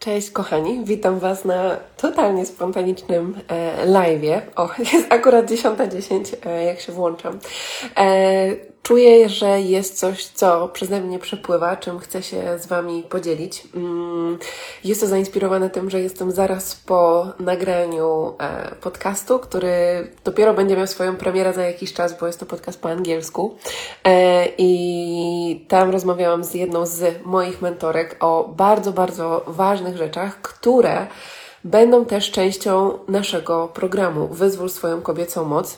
Cześć kochani, witam Was na totalnie spontanicznym live'ie. O, jest akurat 10:10, jak się włączam. Czuję, że jest coś, co przeze mnie przepływa, czym chcę się z Wami podzielić. Jest to zainspirowane tym, że jestem zaraz po nagraniu podcastu, który dopiero będzie miał swoją premierę za jakiś czas, bo jest to podcast po angielsku. I tam rozmawiałam z jedną z moich mentorek o bardzo, bardzo ważnych rzeczach, które będą też częścią naszego programu Wyzwól swoją kobiecą moc.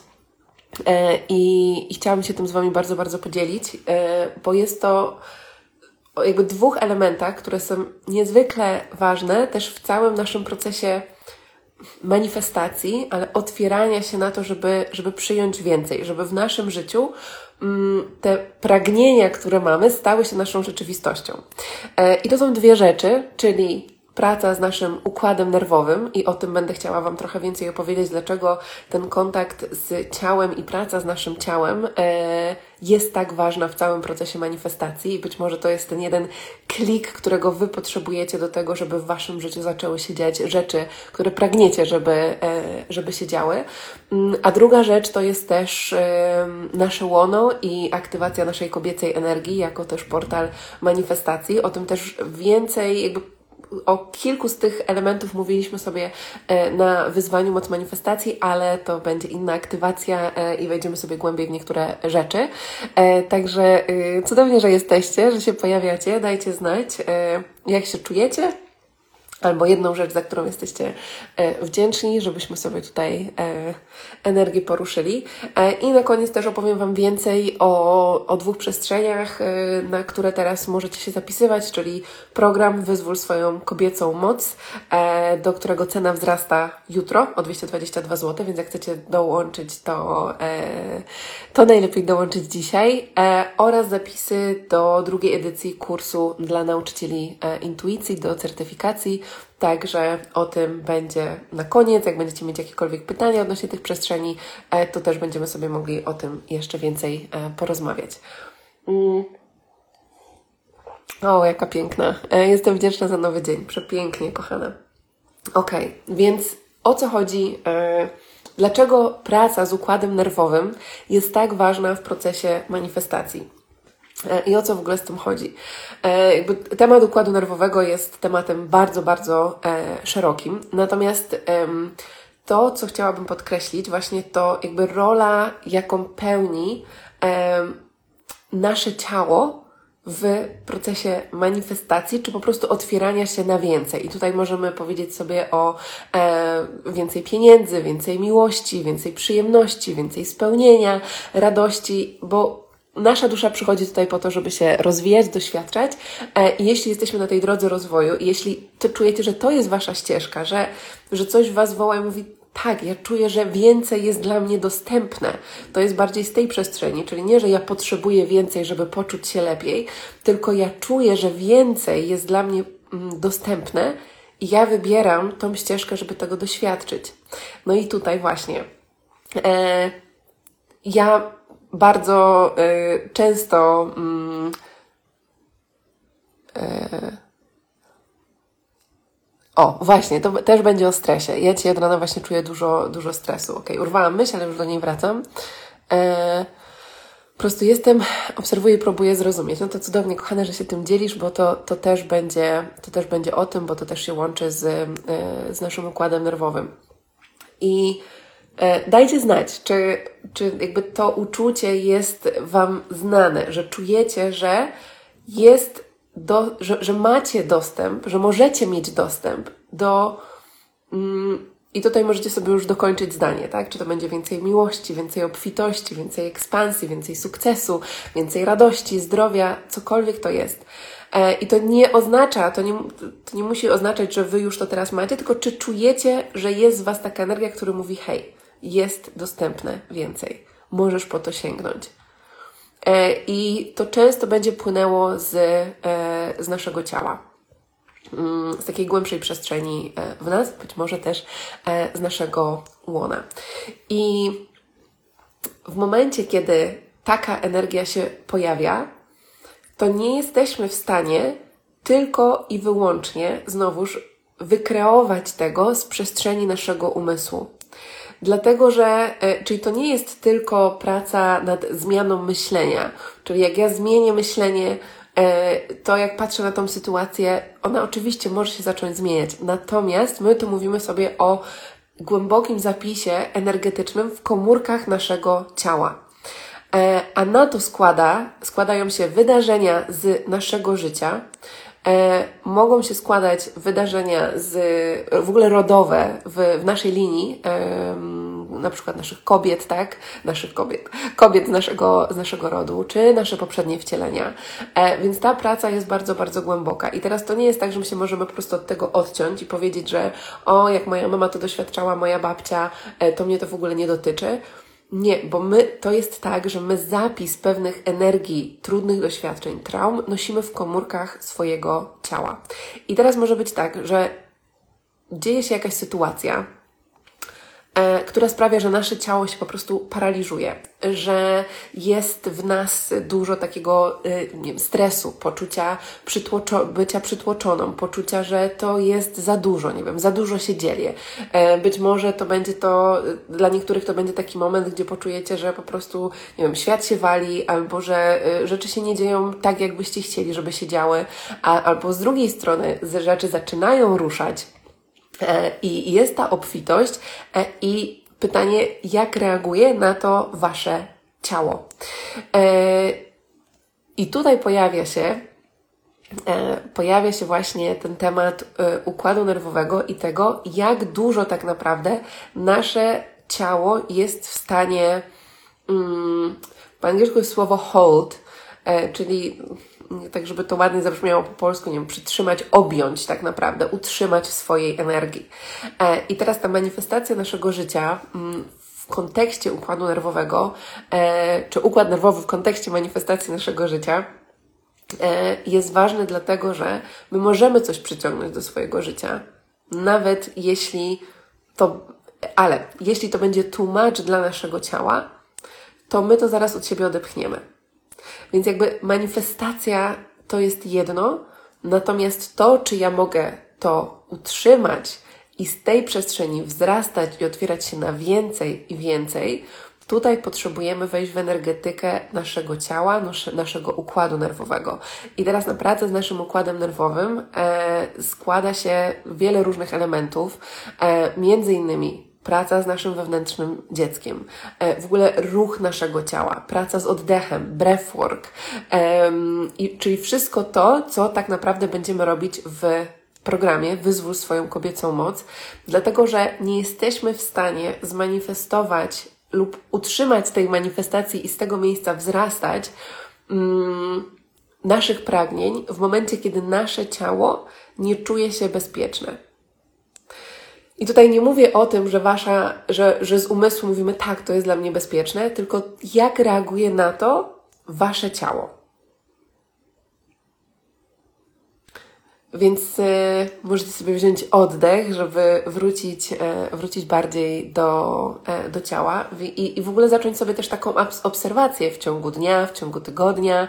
I chciałam się tym z Wami bardzo, bardzo podzielić, bo jest to o jakby dwóch elementach, które są niezwykle ważne też w całym naszym procesie manifestacji, ale otwierania się na to, żeby przyjąć więcej, żeby w naszym życiu te pragnienia, które mamy, stały się naszą rzeczywistością. I to są dwie rzeczy, czyli praca z naszym układem nerwowym i o tym będę chciała Wam trochę więcej opowiedzieć, dlaczego ten kontakt z ciałem i praca z naszym ciałem jest tak ważna w całym procesie manifestacji i być może to jest ten jeden klik, którego Wy potrzebujecie do tego, żeby w Waszym życiu zaczęły się dziać rzeczy, które pragniecie, żeby się działy. A druga rzecz to jest też nasze łono i aktywacja naszej kobiecej energii jako też portal manifestacji. O tym też więcej o kilku z tych elementów mówiliśmy sobie na wyzwaniu Moc Manifestacji, ale to będzie inna aktywacja i wejdziemy sobie głębiej w niektóre rzeczy. Także cudownie, że jesteście, że się pojawiacie. Dajcie znać, jak się czujecie. Albo jedną rzecz, za którą jesteście wdzięczni, żebyśmy sobie tutaj energię poruszyli. I na koniec też opowiem Wam więcej o dwóch przestrzeniach, na które teraz możecie się zapisywać, czyli program Wyzwól swoją kobiecą moc, do którego cena wzrasta jutro o 222 zł, więc jak chcecie dołączyć, to najlepiej dołączyć dzisiaj. Oraz zapisy do drugiej edycji kursu dla nauczycieli intuicji, do certyfikacji. Także o tym będzie na koniec. Jak będziecie mieć jakiekolwiek pytania odnośnie tych przestrzeni, to też będziemy sobie mogli o tym jeszcze więcej porozmawiać. O, jaka piękna. Jestem wdzięczna za nowy dzień. Przepięknie, kochana. Okej, więc o co chodzi? Dlaczego praca z układem nerwowym jest tak ważna w procesie manifestacji? I o co w ogóle z tym chodzi? Temat układu nerwowego jest tematem bardzo, bardzo szerokim. Natomiast to, co chciałabym podkreślić, właśnie to jakby rola, jaką pełni nasze ciało w procesie manifestacji, czy po prostu otwierania się na więcej. I tutaj możemy powiedzieć sobie o więcej pieniędzy, więcej miłości, więcej przyjemności, więcej spełnienia, radości, bo nasza dusza przychodzi tutaj po to, żeby się rozwijać, doświadczać i jeśli jesteśmy na tej drodze rozwoju i jeśli czujecie, że to jest Wasza ścieżka, że coś w Was woła i mówi, tak, ja czuję, że więcej jest dla mnie dostępne. To jest bardziej z tej przestrzeni, czyli nie, że ja potrzebuję więcej, żeby poczuć się lepiej, tylko ja czuję, że więcej jest dla mnie dostępne i ja wybieram tą ścieżkę, żeby tego doświadczyć. No i tutaj właśnie ja bardzo często właśnie, to też będzie o stresie. Ja dzisiaj od rana właśnie czuję dużo stresu. Okej, urwałam myśl, ale już do niej wracam. Po prostu obserwuję i próbuję zrozumieć. No to cudownie, kochane, że się tym dzielisz, bo to też będzie o tym, bo to też się łączy z naszym układem nerwowym. I dajcie znać, czy jakby to uczucie jest Wam znane, że czujecie, że że macie dostęp, że możecie mieć dostęp do i tutaj możecie sobie już dokończyć zdanie, tak? Czy to będzie więcej miłości, więcej obfitości, więcej ekspansji, więcej sukcesu, więcej radości, zdrowia, cokolwiek to jest. I to nie oznacza, to nie musi oznaczać, że Wy już to teraz macie, tylko czy czujecie, że jest z Was taka energia, która mówi, hej, jest dostępne więcej, możesz po to sięgnąć. I to często będzie płynęło z naszego ciała, z takiej głębszej przestrzeni w nas, być może też z naszego łona. I w momencie, kiedy taka energia się pojawia, to nie jesteśmy w stanie tylko i wyłącznie znowuż wykreować tego z przestrzeni naszego umysłu. Dlatego, że, czyli to nie jest tylko praca nad zmianą myślenia, czyli jak ja zmienię myślenie, to jak patrzę na tą sytuację, ona oczywiście może się zacząć zmieniać. Natomiast my tu mówimy sobie o głębokim zapisie energetycznym w komórkach naszego ciała. A na to składają się wydarzenia z naszego życia, mogą się składać wydarzenia w ogóle rodowe w naszej linii, na przykład naszych kobiet, tak? Kobiet z naszego rodu, czy nasze poprzednie wcielenia. Więc ta praca jest bardzo, bardzo głęboka. I teraz to nie jest tak, że my się możemy po prostu od tego odciąć i powiedzieć, że jak moja mama to doświadczała, moja babcia, to mnie to w ogóle nie dotyczy. Nie, bo to jest tak, że my zapis pewnych energii, trudnych doświadczeń, traum nosimy w komórkach swojego ciała. I teraz może być tak, że dzieje się jakaś sytuacja, która sprawia, że nasze ciało się po prostu paraliżuje, że jest w nas dużo takiego stresu, poczucia bycia przytłoczoną, poczucia, że to jest za dużo, za dużo się dzieje. Być może to będzie dla niektórych to będzie taki moment, gdzie poczujecie, że po prostu, świat się wali, albo że rzeczy się nie dzieją tak, jakbyście chcieli, żeby się działy, albo z drugiej strony rzeczy zaczynają ruszać, i jest ta obfitość i pytanie, jak reaguje na to Wasze ciało. I tutaj pojawia się właśnie ten temat układu nerwowego i tego, jak dużo tak naprawdę nasze ciało jest w stanie, po angielsku jest słowo hold, czyli tak, żeby to ładnie zabrzmiało po polsku, przytrzymać, objąć tak naprawdę, utrzymać w swojej energii. I teraz ta manifestacja naszego życia w kontekście układu nerwowego, czy układ nerwowy w kontekście manifestacji naszego życia jest ważny dlatego, że my możemy coś przyciągnąć do swojego życia, nawet jeśli to będzie too much dla naszego ciała, to my to zaraz od siebie odepchniemy. Więc jakby manifestacja to jest jedno, natomiast to, czy ja mogę to utrzymać i z tej przestrzeni wzrastać i otwierać się na więcej i więcej, tutaj potrzebujemy wejść w energetykę naszego ciała, naszego układu nerwowego. I teraz na pracę z naszym układem nerwowym składa się wiele różnych elementów, między innymi praca z naszym wewnętrznym dzieckiem, w ogóle ruch naszego ciała, praca z oddechem, breathwork, czyli wszystko to, co tak naprawdę będziemy robić w programie Wyzwól swoją kobiecą moc, dlatego że nie jesteśmy w stanie zmanifestować lub utrzymać tej manifestacji i z tego miejsca wzrastać naszych pragnień w momencie, kiedy nasze ciało nie czuje się bezpieczne. I tutaj nie mówię o tym, że z umysłu mówimy tak, to jest dla mnie bezpieczne, tylko jak reaguje na to Wasze ciało. Więc możecie sobie wziąć oddech, żeby wrócić bardziej do ciała i w ogóle zacząć sobie też taką obserwację w ciągu dnia, w ciągu tygodnia.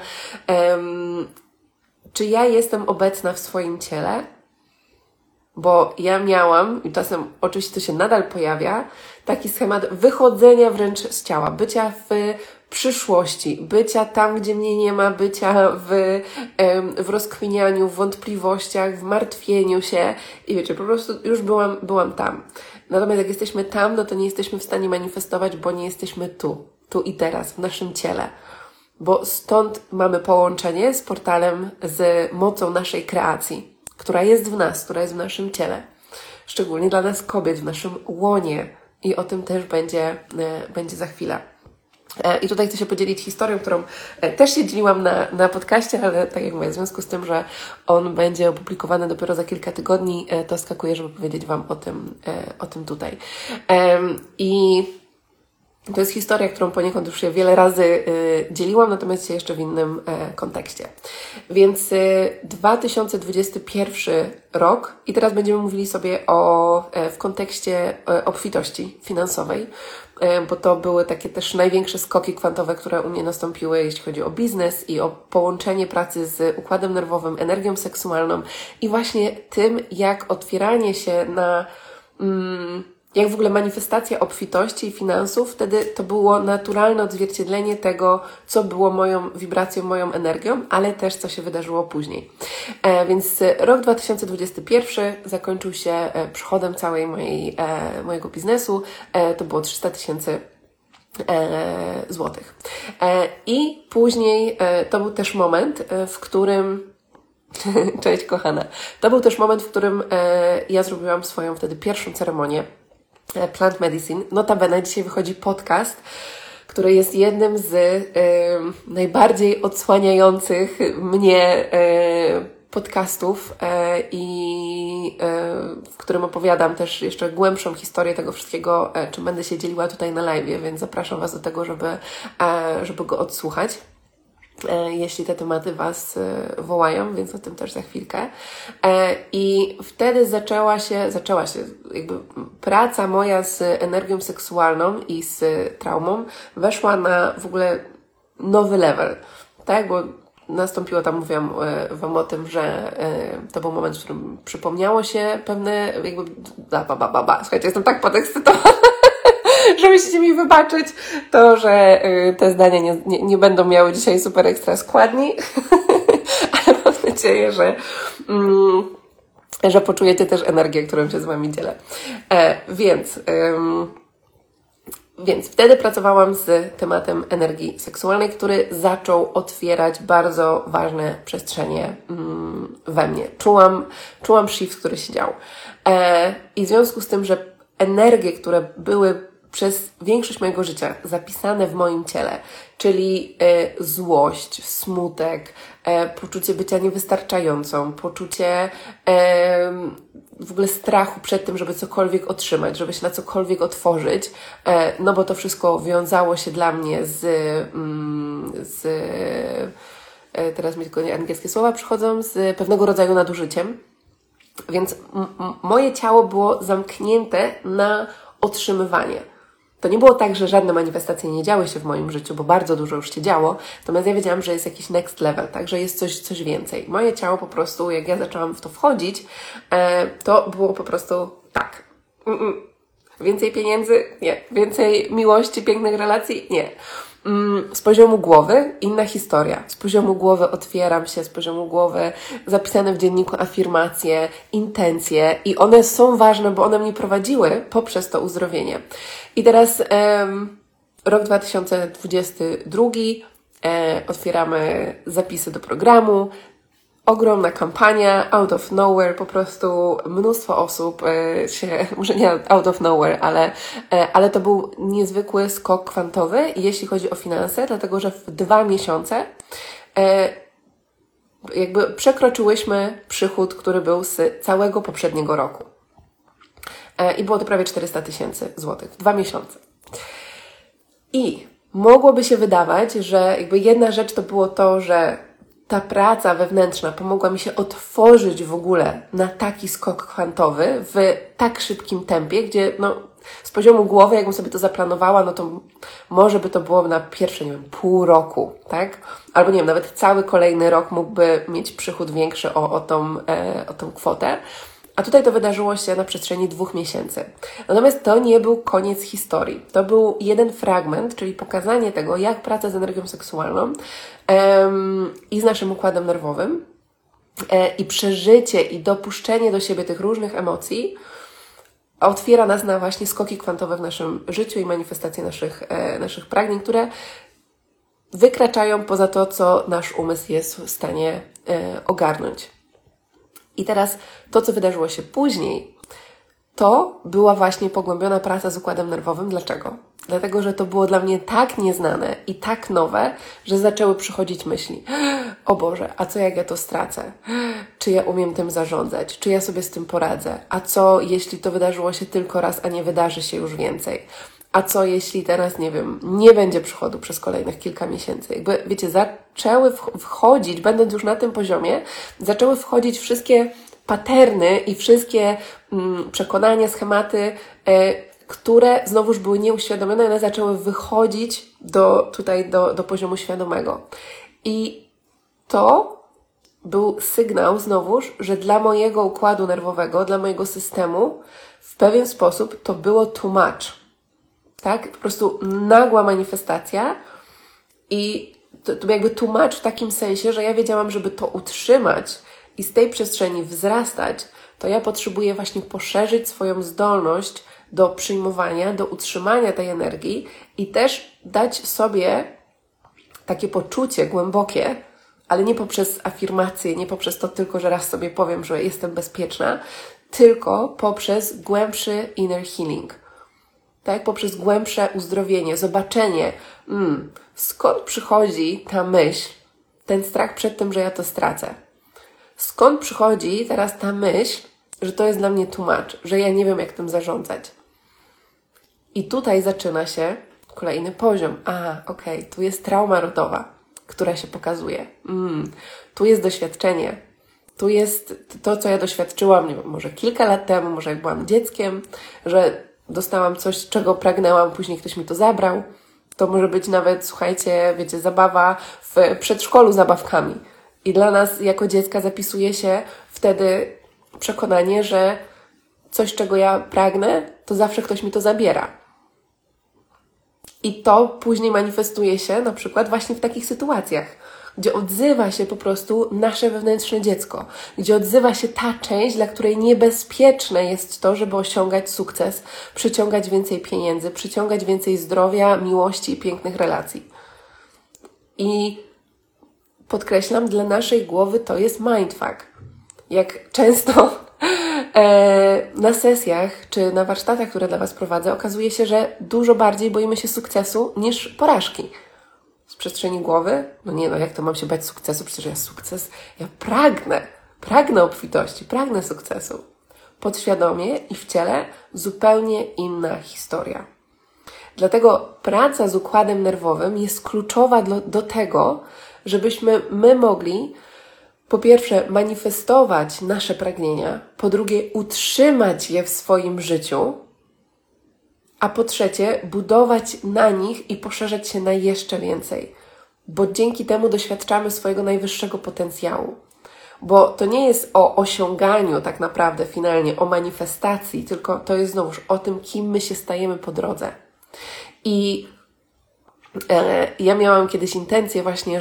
Czy ja jestem obecna w swoim ciele? Bo ja miałam, i czasem oczywiście to się nadal pojawia, taki schemat wychodzenia wręcz z ciała, bycia w przyszłości, bycia tam, gdzie mnie nie ma, bycia w rozkminianiu, w wątpliwościach, w martwieniu się i wiecie, po prostu już byłam tam. Natomiast jak jesteśmy tam, no to nie jesteśmy w stanie manifestować, bo nie jesteśmy tu i teraz, w naszym ciele. Bo stąd mamy połączenie z portalem, z mocą naszej kreacji, która jest w nas, która jest w naszym ciele. Szczególnie dla nas kobiet, w naszym łonie. I o tym też będzie za chwilę. I tutaj chcę się podzielić historią, którą też się dzieliłam na podcaście, ale tak jak mówię, w związku z tym, że on będzie opublikowany dopiero za kilka tygodni, to skakuję, żeby powiedzieć Wam o tym tutaj. I To jest historia, którą poniekąd już się wiele razy dzieliłam, natomiast dzisiaj jeszcze w innym kontekście. Więc 2021 rok i teraz będziemy mówili sobie w kontekście obfitości finansowej, bo to były takie też największe skoki kwantowe, które u mnie nastąpiły, jeśli chodzi o biznes i o połączenie pracy z układem nerwowym, energią seksualną i właśnie tym, jak otwieranie się na jak w ogóle manifestacja obfitości i finansów, wtedy to było naturalne odzwierciedlenie tego, co było moją wibracją, moją energią, ale też co się wydarzyło później. Więc rok 2021 zakończył się przychodem całej mojego biznesu. To było 300 000 złotych. I później to był też moment, w którym cześć kochana. To był też moment, w którym ja zrobiłam swoją wtedy pierwszą ceremonię Plant Medicine. Notabene dzisiaj wychodzi podcast, który jest jednym z najbardziej odsłaniających mnie podcastów w którym opowiadam też jeszcze głębszą historię tego wszystkiego, czym będę się dzieliła tutaj na live, więc zapraszam Was do tego, żeby go odsłuchać, jeśli te tematy Was wołają, więc o tym też za chwilkę. I wtedy zaczęła się jakby praca moja z energią seksualną i z traumą weszła na w ogóle nowy level, tak, bo nastąpiło tam, mówiłam Wam o tym, że to był moment, w którym przypomniało się pewne jakby słuchajcie, jestem tak podekscytowana, że musicie mi wybaczyć to, że te zdania nie będą miały dzisiaj super ekstra składni, ale mam nadzieję, że poczujecie też energię, którą się z Wami dzielę. Więc wtedy pracowałam z tematem energii seksualnej, który zaczął otwierać bardzo ważne przestrzenie we mnie. Czułam shift, który się dział. I w związku z tym, że energie, które były przez większość mojego życia zapisane w moim ciele, czyli złość, smutek, poczucie bycia niewystarczającą, poczucie w ogóle strachu przed tym, żeby cokolwiek otrzymać, żeby się na cokolwiek otworzyć, no bo to wszystko wiązało się dla mnie teraz mi tylko angielskie słowa przychodzą, z pewnego rodzaju nadużyciem. Więc moje ciało było zamknięte na otrzymywanie. To nie było tak, że żadne manifestacje nie działy się w moim życiu, bo bardzo dużo już się działo, natomiast ja wiedziałam, że jest jakiś next level, tak, że jest coś więcej. Moje ciało po prostu, jak ja zaczęłam w to wchodzić, to było po prostu tak. Więcej pieniędzy? Nie. Więcej miłości, pięknych relacji? Nie. Z poziomu głowy inna historia. Z poziomu głowy otwieram się, z poziomu głowy zapisane w dzienniku afirmacje, intencje i one są ważne, bo one mnie prowadziły poprzez to uzdrowienie. I teraz rok 2022, otwieramy zapisy do programu, ogromna kampania, out of nowhere, po prostu mnóstwo osób może nie out of nowhere, ale to był niezwykły skok kwantowy, jeśli chodzi o finanse, dlatego że w 2 miesiące jakby przekroczyłyśmy przychód, który był z całego poprzedniego roku. I było to prawie 400 000 złotych w 2 miesiące. I mogłoby się wydawać, że jakby jedna rzecz to było to, że ta praca wewnętrzna pomogła mi się otworzyć w ogóle na taki skok kwantowy w tak szybkim tempie, gdzie z poziomu głowy, jakbym sobie to zaplanowała, no to może by to było na pierwsze, pół roku, tak? Albo nawet cały kolejny rok mógłby mieć przychód większy o tą kwotę. A tutaj to wydarzyło się na przestrzeni 2 miesięcy. Natomiast to nie był koniec historii. To był jeden fragment, czyli pokazanie tego, jak praca z energią seksualną i z naszym układem nerwowym i przeżycie i dopuszczenie do siebie tych różnych emocji otwiera nas na właśnie skoki kwantowe w naszym życiu i manifestacje naszych pragnień, które wykraczają poza to, co nasz umysł jest w stanie ogarnąć. I teraz to, co wydarzyło się później, to była właśnie pogłębiona praca z układem nerwowym. Dlaczego? Dlatego, że to było dla mnie tak nieznane i tak nowe, że zaczęły przychodzić myśli: o Boże, a co jak ja to stracę? Czy ja umiem tym zarządzać? Czy ja sobie z tym poradzę? A co jeśli to wydarzyło się tylko raz, a nie wydarzy się już więcej? A co jeśli teraz, nie wiem, nie będzie przychodu przez kolejnych kilka miesięcy? Jakby, wiecie, zaczęły wchodzić, będąc już na tym poziomie, zaczęły wchodzić wszystkie paterny i wszystkie przekonania, schematy, które znowuż były nieuświadomione, one zaczęły wychodzić do poziomu świadomego. I to był sygnał znowuż, że dla mojego układu nerwowego, dla mojego systemu w pewien sposób to było too much. Tak? Po prostu nagła manifestacja i to jakby too much w takim sensie, że ja wiedziałam, żeby to utrzymać i z tej przestrzeni wzrastać, to ja potrzebuję właśnie poszerzyć swoją zdolność do przyjmowania, do utrzymania tej energii i też dać sobie takie poczucie głębokie, ale nie poprzez afirmację, nie poprzez to tylko, że raz sobie powiem, że jestem bezpieczna, tylko poprzez głębszy inner healing. Tak? Poprzez głębsze uzdrowienie, zobaczenie, skąd przychodzi ta myśl, ten strach przed tym, że ja to stracę. Skąd przychodzi teraz ta myśl, że to jest dla mnie too much, że ja nie wiem, jak tym zarządzać. I tutaj zaczyna się kolejny poziom. Okej, tu jest trauma rodowa, która się pokazuje. Tu jest doświadczenie. Tu jest to, co ja doświadczyłam, nie wiem, może kilka lat temu, może jak byłam dzieckiem, że dostałam coś, czego pragnęłam, później ktoś mi to zabrał. To może być nawet, słuchajcie, wiecie, zabawa w przedszkolu zabawkami. I dla nas jako dziecka zapisuje się wtedy przekonanie, że coś, czego ja pragnę, to zawsze ktoś mi to zabiera. I to później manifestuje się na przykład właśnie w takich sytuacjach, gdzie odzywa się po prostu nasze wewnętrzne dziecko, gdzie odzywa się ta część, dla której niebezpieczne jest to, żeby osiągać sukces, przyciągać więcej pieniędzy, przyciągać więcej zdrowia, miłości i pięknych relacji. I podkreślam, dla naszej głowy to jest mindfuck. Jak często na sesjach czy na warsztatach, które dla Was prowadzę, okazuje się, że dużo bardziej boimy się sukcesu niż porażki. Z przestrzeni głowy? Jak to mam się bać sukcesu? Przecież ja pragnę obfitości, pragnę sukcesu. Podświadomie i w ciele zupełnie inna historia. Dlatego praca z układem nerwowym jest kluczowa do tego, żebyśmy my mogli po pierwsze manifestować nasze pragnienia, po drugie utrzymać je w swoim życiu, a po trzecie budować na nich i poszerzać się na jeszcze więcej, bo dzięki temu doświadczamy swojego najwyższego potencjału. Bo to nie jest o osiąganiu tak naprawdę finalnie, o manifestacji, tylko to jest znowuż o tym, kim my się stajemy po drodze. I ja miałam kiedyś intencję właśnie,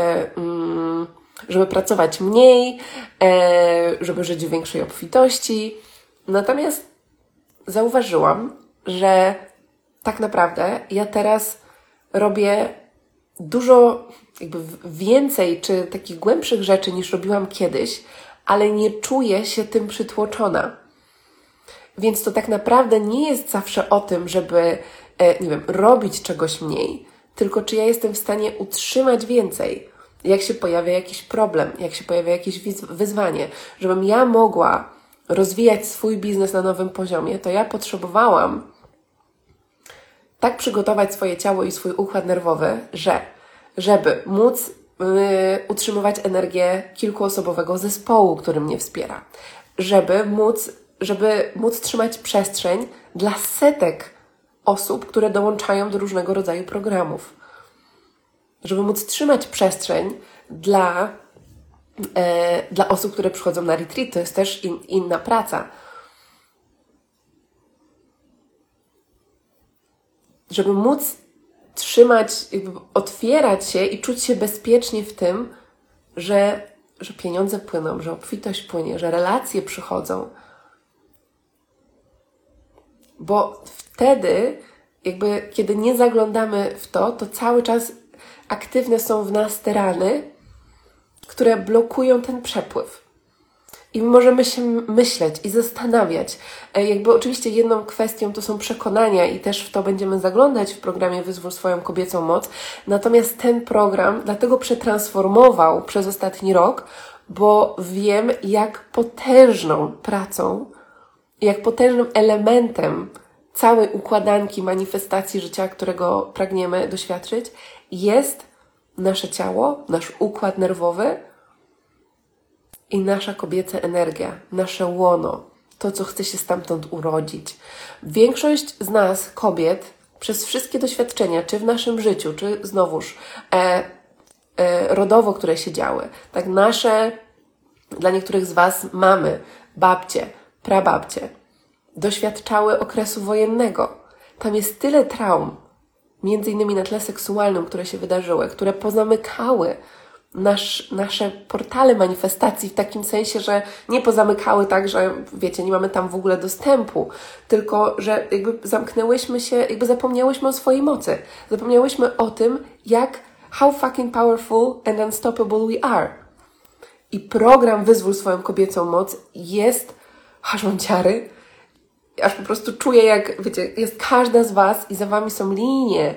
żeby pracować mniej, żeby żyć w większej obfitości. Natomiast zauważyłam, że tak naprawdę ja teraz robię dużo więcej czy takich głębszych rzeczy niż robiłam kiedyś, ale nie czuję się tym przytłoczona. Więc to tak naprawdę nie jest zawsze o tym, żeby, robić czegoś mniej, tylko czy ja jestem w stanie utrzymać więcej, jak się pojawia jakiś problem, jak się pojawia jakieś wyzwanie. Żebym ja mogła rozwijać swój biznes na nowym poziomie, to ja potrzebowałam tak przygotować swoje ciało i swój układ nerwowy, żeby móc utrzymywać energię kilkuosobowego zespołu, który mnie wspiera. Żeby móc trzymać przestrzeń dla setek osób, które dołączają do różnego rodzaju programów. Żeby móc trzymać przestrzeń dla osób, które przychodzą na retreat. To jest też inna praca. Żeby móc trzymać, otwierać się i czuć się bezpiecznie w tym, że pieniądze płyną, że obfitość płynie, że relacje przychodzą. Bo wtedy, kiedy nie zaglądamy w to cały czas aktywne są w nas te rany, które blokują ten przepływ. I możemy się myśleć i zastanawiać. Oczywiście jedną kwestią to są przekonania i też w to będziemy zaglądać w programie Wyzwól swoją kobiecą moc. Natomiast ten program dlatego przetransformował przez ostatni rok, bo wiem, jak potężną pracą, jak potężnym elementem całej układanki manifestacji życia, którego pragniemy doświadczyć, jest nasze ciało, nasz układ nerwowy i nasza kobieca energia, nasze łono, to, co chce się stamtąd urodzić. Większość z nas, kobiet, przez wszystkie doświadczenia, czy w naszym życiu, czy znowuż rodowo, które się działy, tak dla niektórych z Was mamy, babcie, prababcie, doświadczały okresu wojennego. Tam jest tyle traum, między innymi na tle seksualnym, które się wydarzyły, które pozamykały nasze portale manifestacji w takim sensie, że nie pozamykały tak, że wiecie, nie mamy tam w ogóle dostępu, tylko że jakby zamknęłyśmy się, jakby zapomniałyśmy o swojej mocy. Zapomniałyśmy o tym, how fucking powerful and unstoppable we are. I program Wyzwól swoją kobiecą moc jest, aż mam ciary, aż po prostu czuję, jak, wiecie, jest każda z Was i za Wami są linie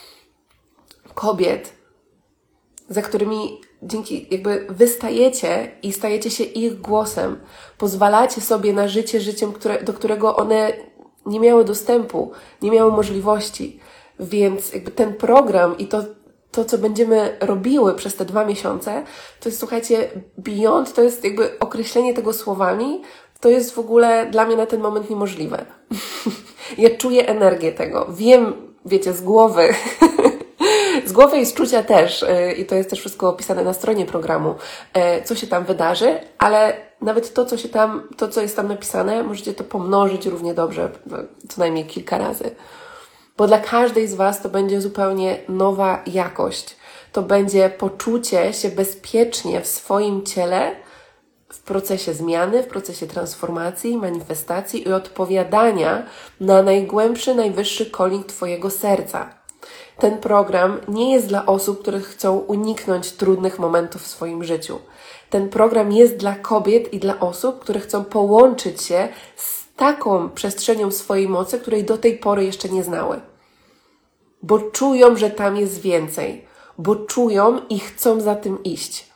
kobiet, za którymi dzięki jakby wystajecie i stajecie się ich głosem. Pozwalacie sobie na życie życiem, do którego one nie miały dostępu, nie miały możliwości. Więc jakby ten program i to, co będziemy robiły przez te 2 miesiące, to jest, słuchajcie, beyond, to jest jakby określenie tego słowami, to jest w ogóle dla mnie na ten moment niemożliwe. Ja czuję energię tego. Wiem, wiecie, z głowy, z głowy i z czucia też, i to jest też wszystko opisane na stronie programu, co się tam wydarzy, ale nawet to, co jest tam napisane, możecie to pomnożyć równie dobrze, co najmniej kilka razy. Bo dla każdej z Was to będzie zupełnie nowa jakość. To będzie poczucie się bezpiecznie w swoim ciele, w procesie zmiany, w procesie transformacji, manifestacji i odpowiadania na najgłębszy, najwyższy calling Twojego serca. Ten program nie jest dla osób, które chcą uniknąć trudnych momentów w swoim życiu. Ten program jest dla kobiet i dla osób, które chcą połączyć się z taką przestrzenią swojej mocy, której do tej pory jeszcze nie znały. Bo czują, że tam jest więcej. Bo czują i chcą za tym iść.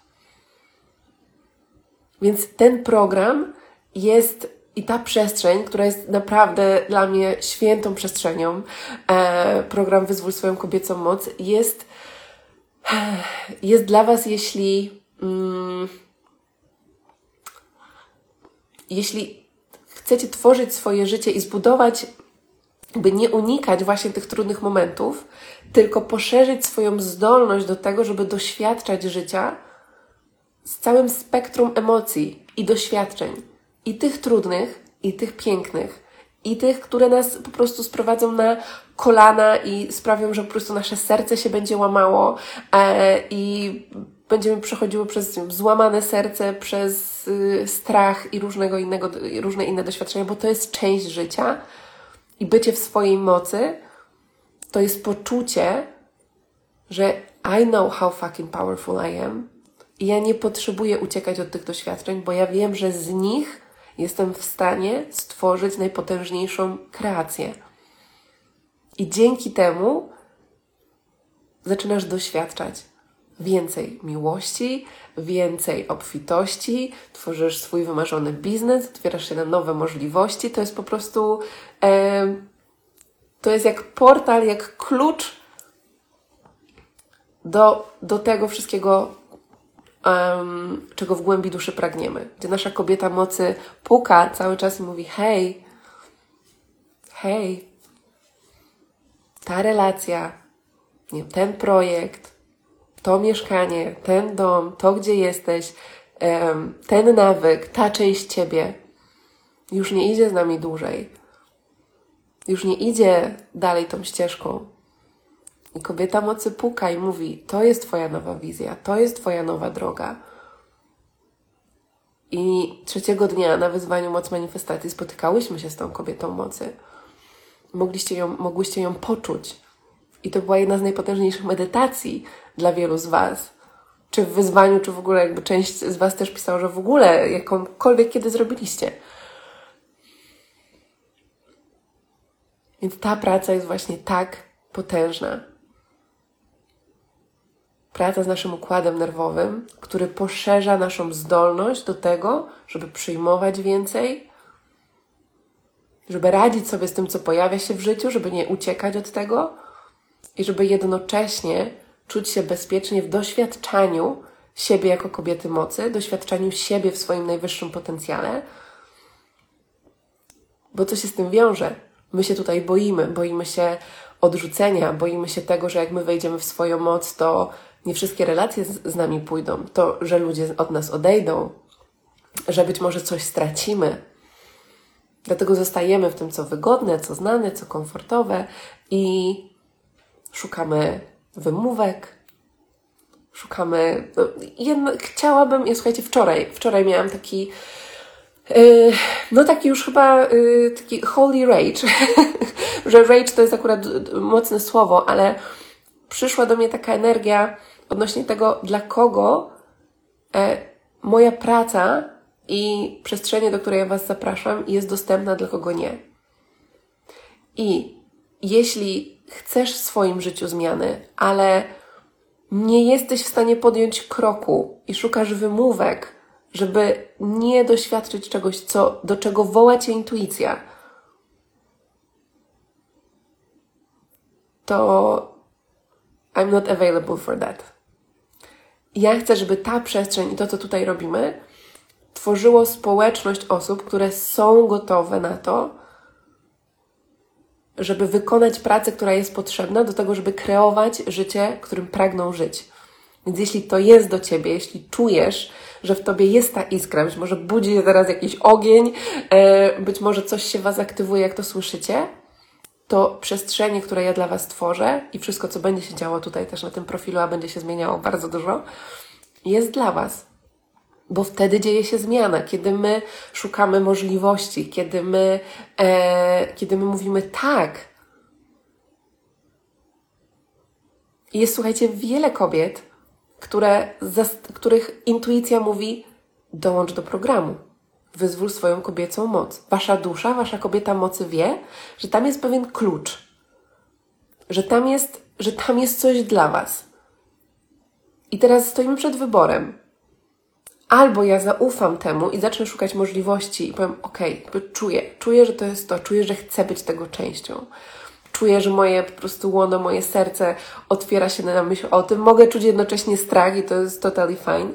Więc ten program jest i ta przestrzeń, która jest naprawdę dla mnie świętą przestrzenią, program Wyzwól swoją kobiecą moc, jest dla Was, jeśli chcecie tworzyć swoje życie i zbudować, by nie unikać właśnie tych trudnych momentów, tylko poszerzyć swoją zdolność do tego, żeby doświadczać życia z całym spektrum emocji i doświadczeń. I tych trudnych, i tych pięknych, i tych, które nas po prostu sprowadzą na kolana i sprawią, że po prostu nasze serce się będzie łamało i będziemy przechodziły przez złamane serce, przez strach i różne inne doświadczenia, bo to jest część życia i bycie w swojej mocy to jest poczucie, że I know how fucking powerful I am i ja nie potrzebuję uciekać od tych doświadczeń, bo ja wiem, że z nich jestem w stanie stworzyć najpotężniejszą kreację. I dzięki temu zaczynasz doświadczać więcej miłości, więcej obfitości, tworzysz swój wymarzony biznes, otwierasz się na nowe możliwości. To jest po prostu, to jest jak portal, jak klucz do tego wszystkiego, czego w głębi duszy pragniemy. Gdzie nasza kobieta mocy puka cały czas i mówi: hej, ta relacja, nie, ten projekt, to mieszkanie, ten dom, to gdzie jesteś, ten nawyk, ta część Ciebie już nie idzie z nami dłużej. Już nie idzie dalej tą ścieżką. I kobieta mocy puka i mówi: to jest Twoja nowa wizja, to jest Twoja nowa droga. I 3 dnia na wyzwaniu Moc Manifestacji spotykałyśmy się z tą kobietą mocy. Mogłyście ją poczuć. I to była jedna z najpotężniejszych medytacji dla wielu z Was. Czy w wyzwaniu, czy w ogóle jakby część z Was też pisała, że w ogóle jakąkolwiek kiedy zrobiliście. Więc ta praca jest właśnie tak potężna. Praca z naszym układem nerwowym, który poszerza naszą zdolność do tego, żeby przyjmować więcej żeby radzić sobie z tym, co pojawia się w życiu, żeby nie uciekać od tego i żeby jednocześnie czuć się bezpiecznie w doświadczaniu siebie jako kobiety mocy, doświadczaniu siebie w swoim najwyższym potencjale. Bo co się z tym wiąże? My się tutaj boimy się odrzucenia, boimy się tego, że jak my wejdziemy w swoją moc, to nie wszystkie relacje z nami pójdą, to, że ludzie od nas odejdą, że być może coś stracimy. Dlatego zostajemy w tym, co wygodne, co znane, co komfortowe i szukamy wymówek, szukamy... Słuchajcie, wczoraj miałam taki taki już chyba taki holy rage, że rage to jest akurat mocne słowo, ale przyszła do mnie taka energia odnośnie tego, dla kogo moja praca i przestrzenie, do której ja Was zapraszam, jest dostępna, dla kogo nie. I jeśli chcesz w swoim życiu zmiany, ale nie jesteś w stanie podjąć kroku i szukasz wymówek, żeby nie doświadczyć czegoś, do czego woła Cię intuicja, to I'm not available for that. Ja chcę, żeby ta przestrzeń i to, co tutaj robimy, tworzyło społeczność osób, które są gotowe na to, żeby wykonać pracę, która jest potrzebna do tego, żeby kreować życie, którym pragną żyć. Więc jeśli to jest do Ciebie, jeśli czujesz, że w Tobie jest ta iskra, być może budzi się teraz jakiś ogień, być może coś się Was aktywuje, jak to słyszycie, to przestrzenie, które ja dla Was tworzę i wszystko, co będzie się działo tutaj też na tym profilu, a będzie się zmieniało bardzo dużo, jest dla Was. Bo wtedy dzieje się zmiana, kiedy my szukamy możliwości, kiedy my mówimy tak. I jest, słuchajcie, wiele kobiet, których intuicja mówi: dołącz do programu, wyzwól swoją kobiecą moc. Wasza dusza, wasza kobieta mocy wie, że tam jest pewien klucz, że tam jest coś dla Was. I teraz stoimy przed wyborem. Albo ja zaufam temu i zacznę szukać możliwości i powiem: okej, czuję, że to jest to, czuję, że chcę być tego częścią. Czuję, że moje po prostu łono, moje serce otwiera się na myśl o tym. Mogę czuć jednocześnie strach i to jest totally fine.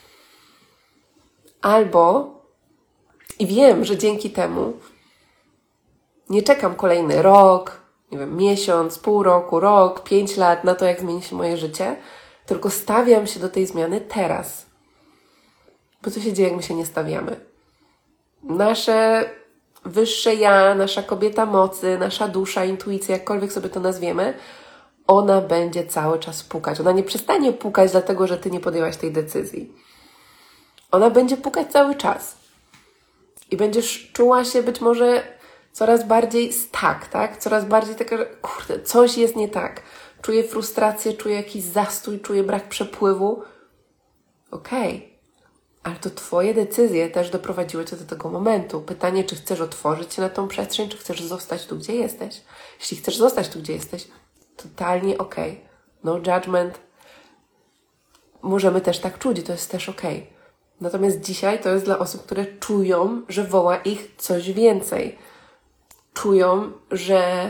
I wiem, że dzięki temu nie czekam kolejny rok, nie wiem, miesiąc, pół roku, rok, 5 lat na to, jak zmieni się moje życie, tylko stawiam się do tej zmiany teraz. Bo co się dzieje, jak my się nie stawiamy? Nasze wyższe ja, nasza kobieta mocy, nasza dusza, intuicja, jakkolwiek sobie to nazwiemy, ona będzie cały czas pukać. Ona nie przestanie pukać dlatego, że Ty nie podjęłaś tej decyzji. Ona będzie pukać cały czas. I będziesz czuła się być może coraz bardziej tak? Coraz bardziej taka, że kurde, coś jest nie tak. Czuję frustrację, czuję jakiś zastój, czuję brak przepływu. Okej. Ale to Twoje decyzje też doprowadziły Cię do tego momentu. Pytanie, czy chcesz otworzyć się na tą przestrzeń, czy chcesz zostać tu, gdzie jesteś. Jeśli chcesz zostać tu, gdzie jesteś, totalnie okej. No judgment. Możemy też tak czuć i to jest też okej. Natomiast dzisiaj to jest dla osób, które czują, że woła ich coś więcej. Czują, że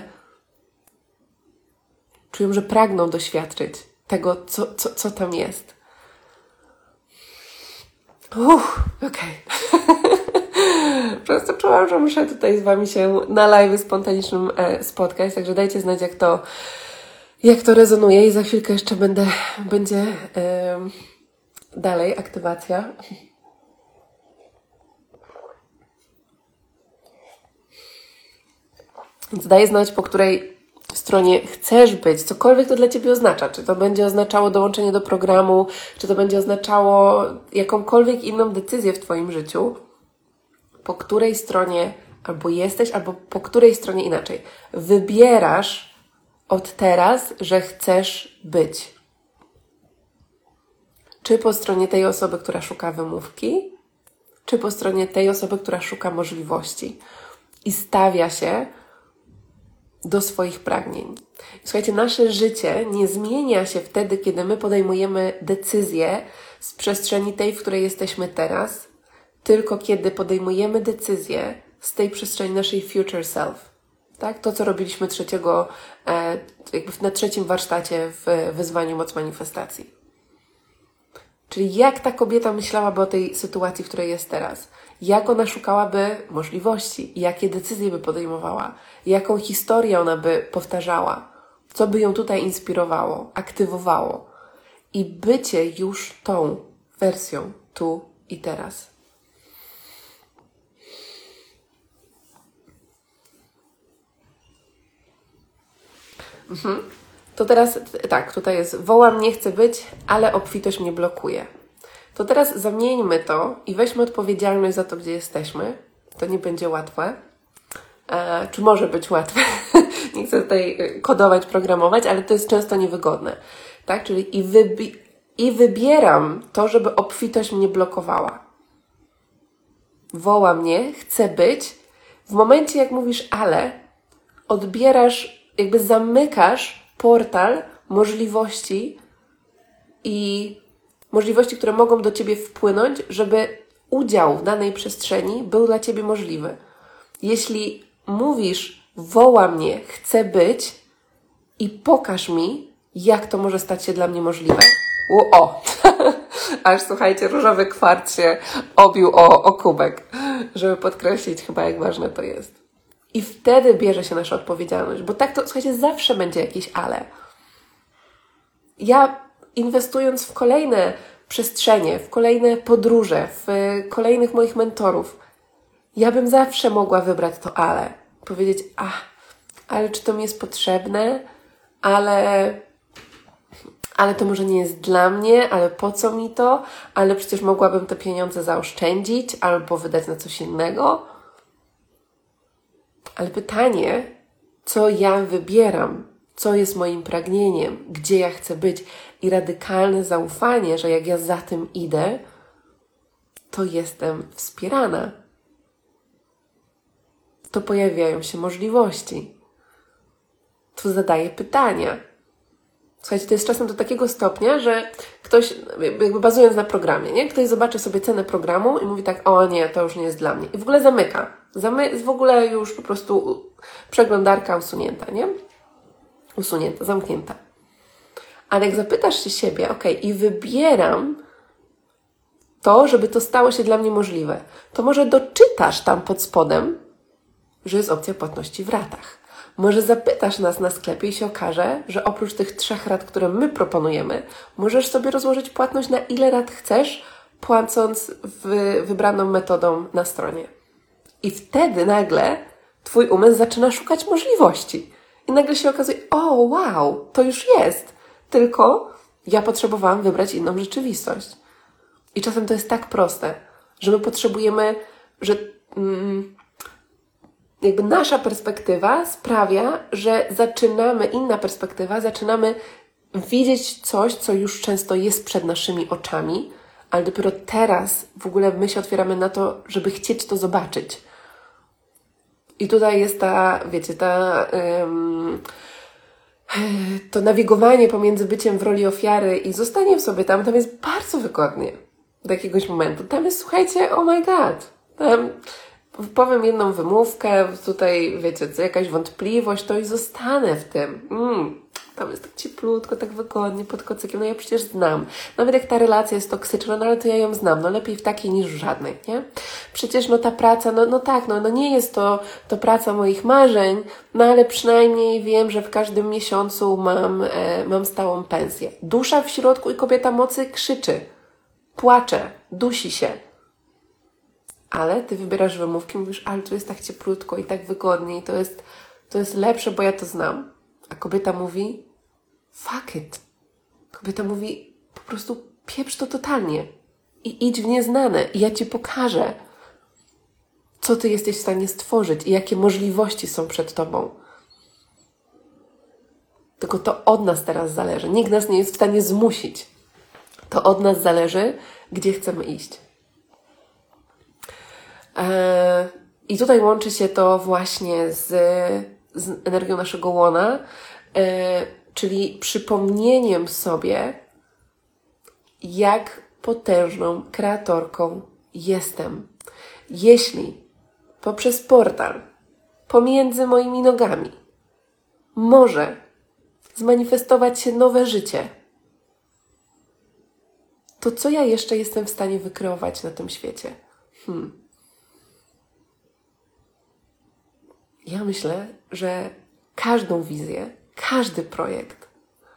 pragną doświadczyć tego, co tam jest. Okej. Po prostu czułam, że muszę tutaj z Wami się na live spontanicznym spotkać, także dajcie znać, jak to rezonuje i za chwilkę jeszcze będzie dalej aktywacja. Więc daj znać, po której stronie chcesz być, cokolwiek to dla Ciebie oznacza. Czy to będzie oznaczało dołączenie do programu, czy to będzie oznaczało jakąkolwiek inną decyzję w Twoim życiu, po której stronie albo jesteś, albo po której stronie inaczej. Wybierasz od teraz, że chcesz być. Czy po stronie tej osoby, która szuka wymówki, czy po stronie tej osoby, która szuka możliwości i stawia się do swoich pragnień. Słuchajcie, nasze życie nie zmienia się wtedy, kiedy my podejmujemy decyzję z przestrzeni tej, w której jesteśmy teraz, tylko kiedy podejmujemy decyzję z tej przestrzeni naszej future self. Tak? To, co robiliśmy na trzecim warsztacie w wyzwaniu Moc Manifestacji. Czyli jak ta kobieta myślałaby o tej sytuacji, w której jest teraz? Jak ona szukałaby możliwości? Jakie decyzje by podejmowała? Jaką historię ona by powtarzała? Co by ją tutaj inspirowało, aktywowało? I bycie już tą wersją tu i teraz. To teraz, tak, tutaj jest wołam, nie chcę być, ale obfitość mnie blokuje. To teraz zamieńmy to i weźmy odpowiedzialność za to, gdzie jesteśmy. To nie będzie łatwe. Czy może być łatwe? Nie chcę tutaj kodować, programować, ale to jest często niewygodne. Tak? Czyli i wybieram to, żeby obfitość mnie blokowała. Woła mnie, chcę być. W momencie, jak mówisz ale, odbierasz, jakby zamykasz portal możliwości i możliwości, które mogą do Ciebie wpłynąć, żeby udział w danej przestrzeni był dla Ciebie możliwy. Jeśli mówisz, woła mnie, chcę być i pokaż mi, jak to może stać się dla mnie możliwe. Aż słuchajcie, różowy kwarc się obił o kubek, żeby podkreślić chyba, jak ważne to jest. I wtedy bierze się nasza odpowiedzialność, bo tak to, słuchajcie, zawsze będzie jakieś ale. Ja inwestując w kolejne przestrzenie, w kolejne podróże, w kolejnych moich mentorów, ja bym zawsze mogła wybrać to ale. Powiedzieć, ale czy to mi jest potrzebne? Ale to może nie jest dla mnie, ale po co mi to? Ale przecież mogłabym te pieniądze zaoszczędzić albo wydać na coś innego. Ale pytanie, co ja wybieram? Co jest moim pragnieniem? Gdzie ja chcę być? I radykalne zaufanie, że jak ja za tym idę, to jestem wspierana. To pojawiają się możliwości. To zadaje pytania. Słuchajcie, to jest czasem do takiego stopnia, że ktoś, jakby bazując na programie, nie? Ktoś zobaczy sobie cenę programu i mówi tak, o nie, to już nie jest dla mnie. I w ogóle zamyka. W ogóle już po prostu przeglądarka usunięta, nie? Usunięta, zamknięta. Ale jak zapytasz się siebie, i wybieram to, żeby to stało się dla mnie możliwe, to może doczytasz tam pod spodem, że jest opcja płatności w ratach. Może zapytasz nas na sklepie i się okaże, że oprócz tych 3 rat, które my proponujemy, możesz sobie rozłożyć płatność na ile rat chcesz, płacąc wybraną metodą na stronie. I wtedy nagle Twój umysł zaczyna szukać możliwości. I nagle się okazuje, wow, to już jest. Tylko ja potrzebowałam wybrać inną rzeczywistość. I czasem to jest tak proste, że my potrzebujemy, że jakby nasza perspektywa sprawia, że inna perspektywa, zaczynamy widzieć coś, co już często jest przed naszymi oczami, ale dopiero teraz w ogóle my się otwieramy na to, żeby chcieć to zobaczyć. I tutaj jest to nawigowanie pomiędzy byciem w roli ofiary i zostaniem sobie tam jest bardzo wygodnie do jakiegoś momentu. Tam jest, słuchajcie, oh my god, tam powiem jedną wymówkę, tutaj jakaś wątpliwość, to i zostanę w tym. Tam jest tak cieplutko, tak wygodnie pod kocykiem. No ja przecież znam. Nawet jak ta relacja jest toksyczna, no ale to ja ją znam. No lepiej w takiej niż w żadnej, nie? Przecież ta praca, no nie jest to praca moich marzeń, no ale przynajmniej wiem, że w każdym miesiącu mam stałą pensję. Dusza w środku i kobieta mocy krzyczy, płacze, dusi się. Ale ty wybierasz wymówki, mówisz, ale tu jest tak cieplutko i tak wygodnie i to jest lepsze, bo ja to znam. A kobieta mówi, fuck it. Kobieta mówi, po prostu pieprz to totalnie i idź w nieznane i ja Ci pokażę, co Ty jesteś w stanie stworzyć i jakie możliwości są przed Tobą. Tylko to od nas teraz zależy. Nikt nas nie jest w stanie zmusić. To od nas zależy, gdzie chcemy iść. I tutaj łączy się to właśnie z energią naszego łona, czyli przypomnieniem sobie, jak potężną kreatorką jestem. Jeśli poprzez portal, pomiędzy moimi nogami, może zmanifestować się nowe życie, to co ja jeszcze jestem w stanie wykreować na tym świecie? Ja myślę, że każdą wizję, każdy projekt,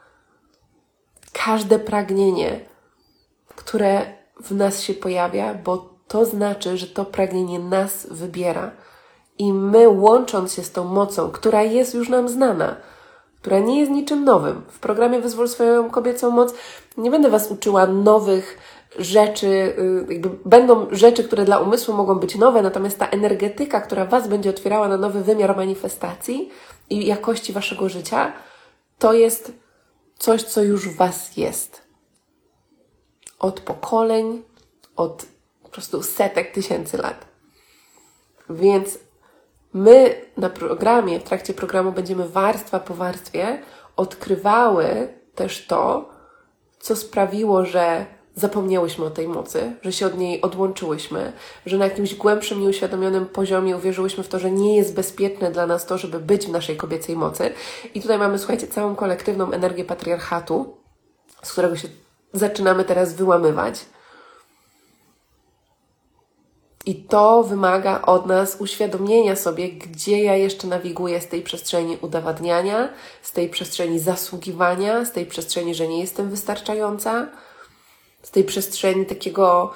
każde pragnienie, które w nas się pojawia, bo to znaczy, że to pragnienie nas wybiera i my, łącząc się z tą mocą, która jest już nam znana, która nie jest niczym nowym. W programie Wyzwól swoją kobiecą moc nie będę Was uczyła nowych rzeczy, będą rzeczy, które dla umysłu mogą być nowe, natomiast ta energetyka, która Was będzie otwierała na nowy wymiar manifestacji i jakości Waszego życia, to jest coś, co już w Was jest. Od pokoleń, od po prostu setek tysięcy lat. Więc my na programie, w trakcie programu będziemy warstwa po warstwie odkrywały też to, co sprawiło, że zapomniałyśmy o tej mocy, że się od niej odłączyłyśmy, że na jakimś głębszym, nieuświadomionym poziomie uwierzyłyśmy w to, że nie jest bezpieczne dla nas to, żeby być w naszej kobiecej mocy. I tutaj mamy, słuchajcie, całą kolektywną energię patriarchatu, z którego się zaczynamy teraz wyłamywać. I to wymaga od nas uświadomienia sobie, gdzie ja jeszcze nawiguję z tej przestrzeni udowadniania, z tej przestrzeni zasługiwania, z tej przestrzeni, że nie jestem wystarczająca, z tej przestrzeni takiego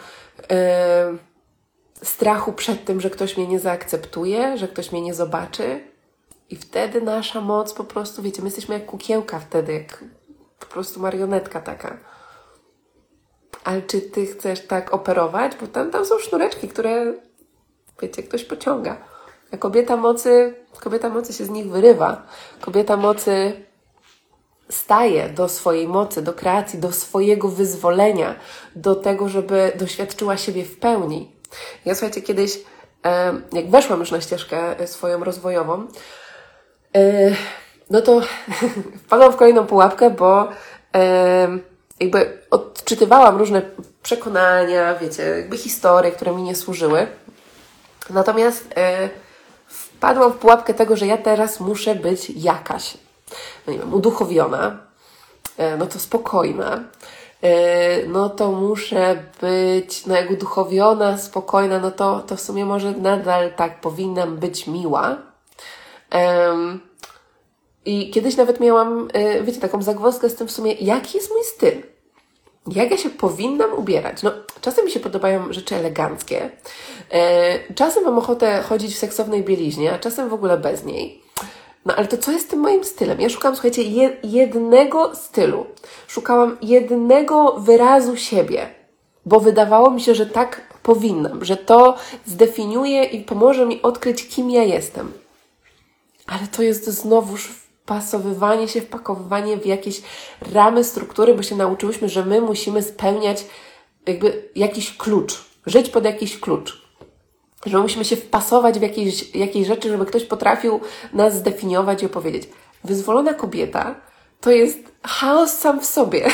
strachu przed tym, że ktoś mnie nie zaakceptuje, że ktoś mnie nie zobaczy. I wtedy nasza moc po prostu, wiecie, my jesteśmy jak kukiełka wtedy, jak po prostu marionetka taka. Ale czy Ty chcesz tak operować? Bo tam są sznureczki, które, wiecie, ktoś pociąga. A kobieta mocy się z nich wyrywa. Kobieta mocy staje do swojej mocy, do kreacji, do swojego wyzwolenia, do tego, żeby doświadczyła siebie w pełni. Ja, słuchajcie, kiedyś, jak weszłam już na ścieżkę swoją rozwojową, no to wpadłam w kolejną pułapkę, bo jakby odczytywałam różne przekonania, wiecie, jakby historie, które mi nie służyły. Natomiast wpadłam w pułapkę tego, że ja teraz muszę być jakaś, no nie wiem, uduchowiona, no to spokojna, no to muszę być, no jak uduchowiona, spokojna, no to w sumie może nadal tak powinnam być miła. I kiedyś nawet miałam, wiecie, taką zagwozdkę z tym w sumie, jaki jest mój styl? Jak ja się powinnam ubierać? No, czasem mi się podobają rzeczy eleganckie, czasem mam ochotę chodzić w seksownej bieliźnie, a czasem w ogóle bez niej. No, ale to co jest tym moim stylem? Ja szukałam, słuchajcie, jednego stylu. Szukałam jednego wyrazu siebie, bo wydawało mi się, że tak powinnam, że to zdefiniuje i pomoże mi odkryć, kim ja jestem. Ale to jest znowuż wpasowywanie się, wpakowywanie w jakieś ramy, struktury, bo się nauczyłyśmy, że my musimy spełniać jakby jakiś klucz, żyć pod jakiś klucz. Że musimy się wpasować w jakieś rzeczy, żeby ktoś potrafił nas zdefiniować i opowiedzieć. Wyzwolona kobieta to jest chaos sam w sobie.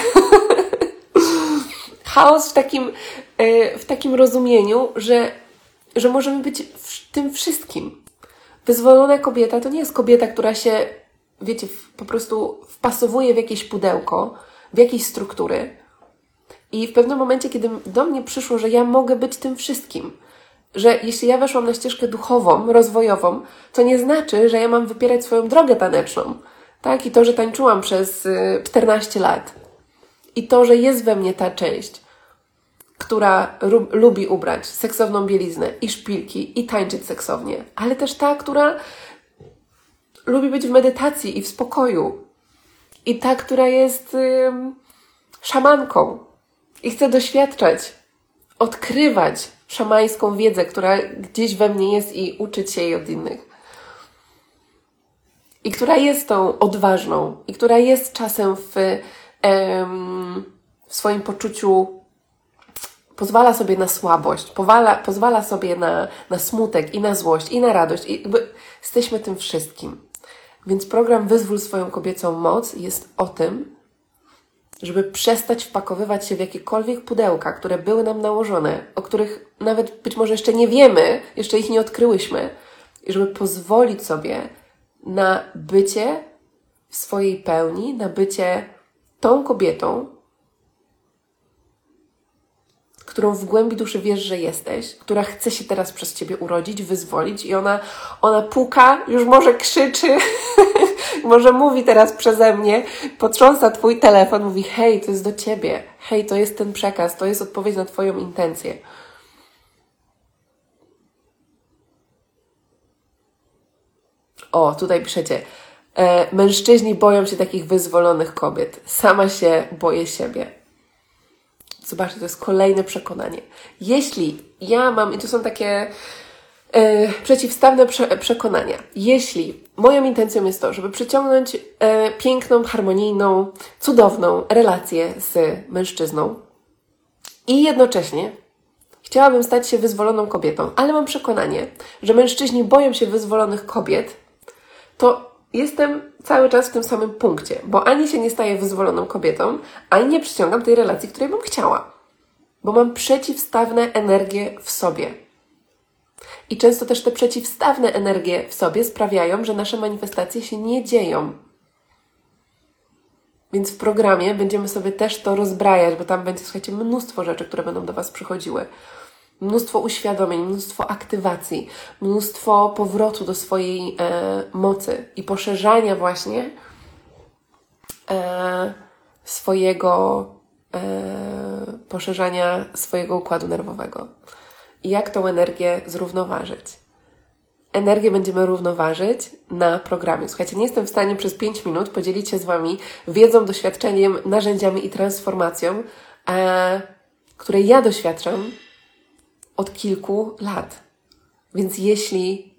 Chaos w takim rozumieniu, że możemy być w tym wszystkim. Wyzwolona kobieta to nie jest kobieta, która się, wiecie, po prostu wpasowuje w jakieś pudełko, w jakieś struktury. I w pewnym momencie, kiedy do mnie przyszło, że ja mogę być tym wszystkim, że jeśli ja weszłam na ścieżkę duchową, rozwojową, to nie znaczy, że ja mam wypierać swoją drogę taneczną. Tak? I to, że tańczyłam przez 14 lat. I to, że jest we mnie ta część, która lubi ubrać seksowną bieliznę i szpilki i tańczyć seksownie, ale też ta, która lubi być w medytacji i w spokoju. I ta, która jest szamanką i chce doświadczać, odkrywać szamańską wiedzę, która gdzieś we mnie jest i uczyć się jej od innych. I która jest tą odważną i która jest czasem w swoim poczuciu, pozwala sobie na słabość, pozwala sobie na smutek i na złość i na radość. I jakby jesteśmy tym wszystkim. Więc program Wyzwól swoją kobiecą moc jest o tym, żeby przestać wpakowywać się w jakiekolwiek pudełka, które były nam nałożone, o których nawet być może jeszcze nie wiemy, jeszcze ich nie odkryłyśmy, i żeby pozwolić sobie na bycie w swojej pełni, na bycie tą kobietą, którą w głębi duszy wiesz, że jesteś, która chce się teraz przez Ciebie urodzić, wyzwolić i ona puka, już może krzyczy, może mówi teraz przeze mnie, potrząsa Twój telefon, mówi: hej, to jest do Ciebie, hej, to jest ten przekaz, to jest odpowiedź na Twoją intencję. O, tutaj piszecie: mężczyźni boją się takich wyzwolonych kobiet. Sama się boję siebie. Zobaczcie, to jest kolejne przekonanie. Jeśli ja mam, i to są takie przeciwstawne przekonania, jeśli moją intencją jest to, żeby przyciągnąć piękną, harmonijną, cudowną relację z mężczyzną i jednocześnie chciałabym stać się wyzwoloną kobietą, ale mam przekonanie, że mężczyźni boją się wyzwolonych kobiet, to jestem cały czas w tym samym punkcie, bo ani się nie staję wyzwoloną kobietą, ani nie przyciągam tej relacji, której bym chciała. Bo mam przeciwstawne energie w sobie. I często też te przeciwstawne energie w sobie sprawiają, że nasze manifestacje się nie dzieją. Więc w programie będziemy sobie też to rozbrajać, bo tam będzie, słuchajcie, mnóstwo rzeczy, które będą do Was przychodziły. Mnóstwo uświadomień, mnóstwo aktywacji, mnóstwo powrotu do swojej mocy i poszerzania właśnie swojego układu nerwowego. I jak tą energię zrównoważyć? Energię będziemy równoważyć na programie. Słuchajcie, nie jestem w stanie przez 5 minut podzielić się z Wami wiedzą, doświadczeniem, narzędziami i transformacją, której ja doświadczam od kilku lat. Więc jeśli...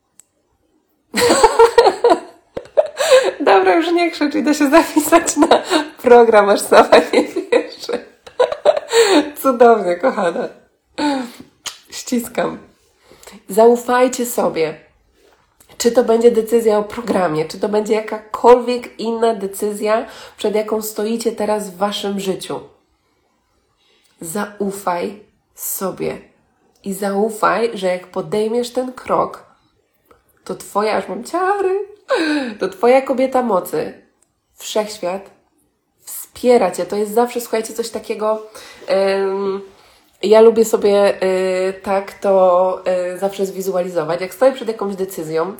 Dobra, już nie krzycz, idę się zapisać na program, aż sama nie wierzę. Cudownie, kochana. Ściskam. Zaufajcie sobie. Czy to będzie decyzja o programie, czy to będzie jakakolwiek inna decyzja, przed jaką stoicie teraz w Waszym życiu. Zaufaj sobie. I zaufaj, że jak podejmiesz ten krok, to Twoja, aż mam ciary, to Twoja kobieta mocy, wszechświat, wspiera Cię. To jest zawsze, słuchajcie, coś takiego... Ja lubię sobie tak to zawsze zwizualizować. Jak stoję przed jakąś decyzją,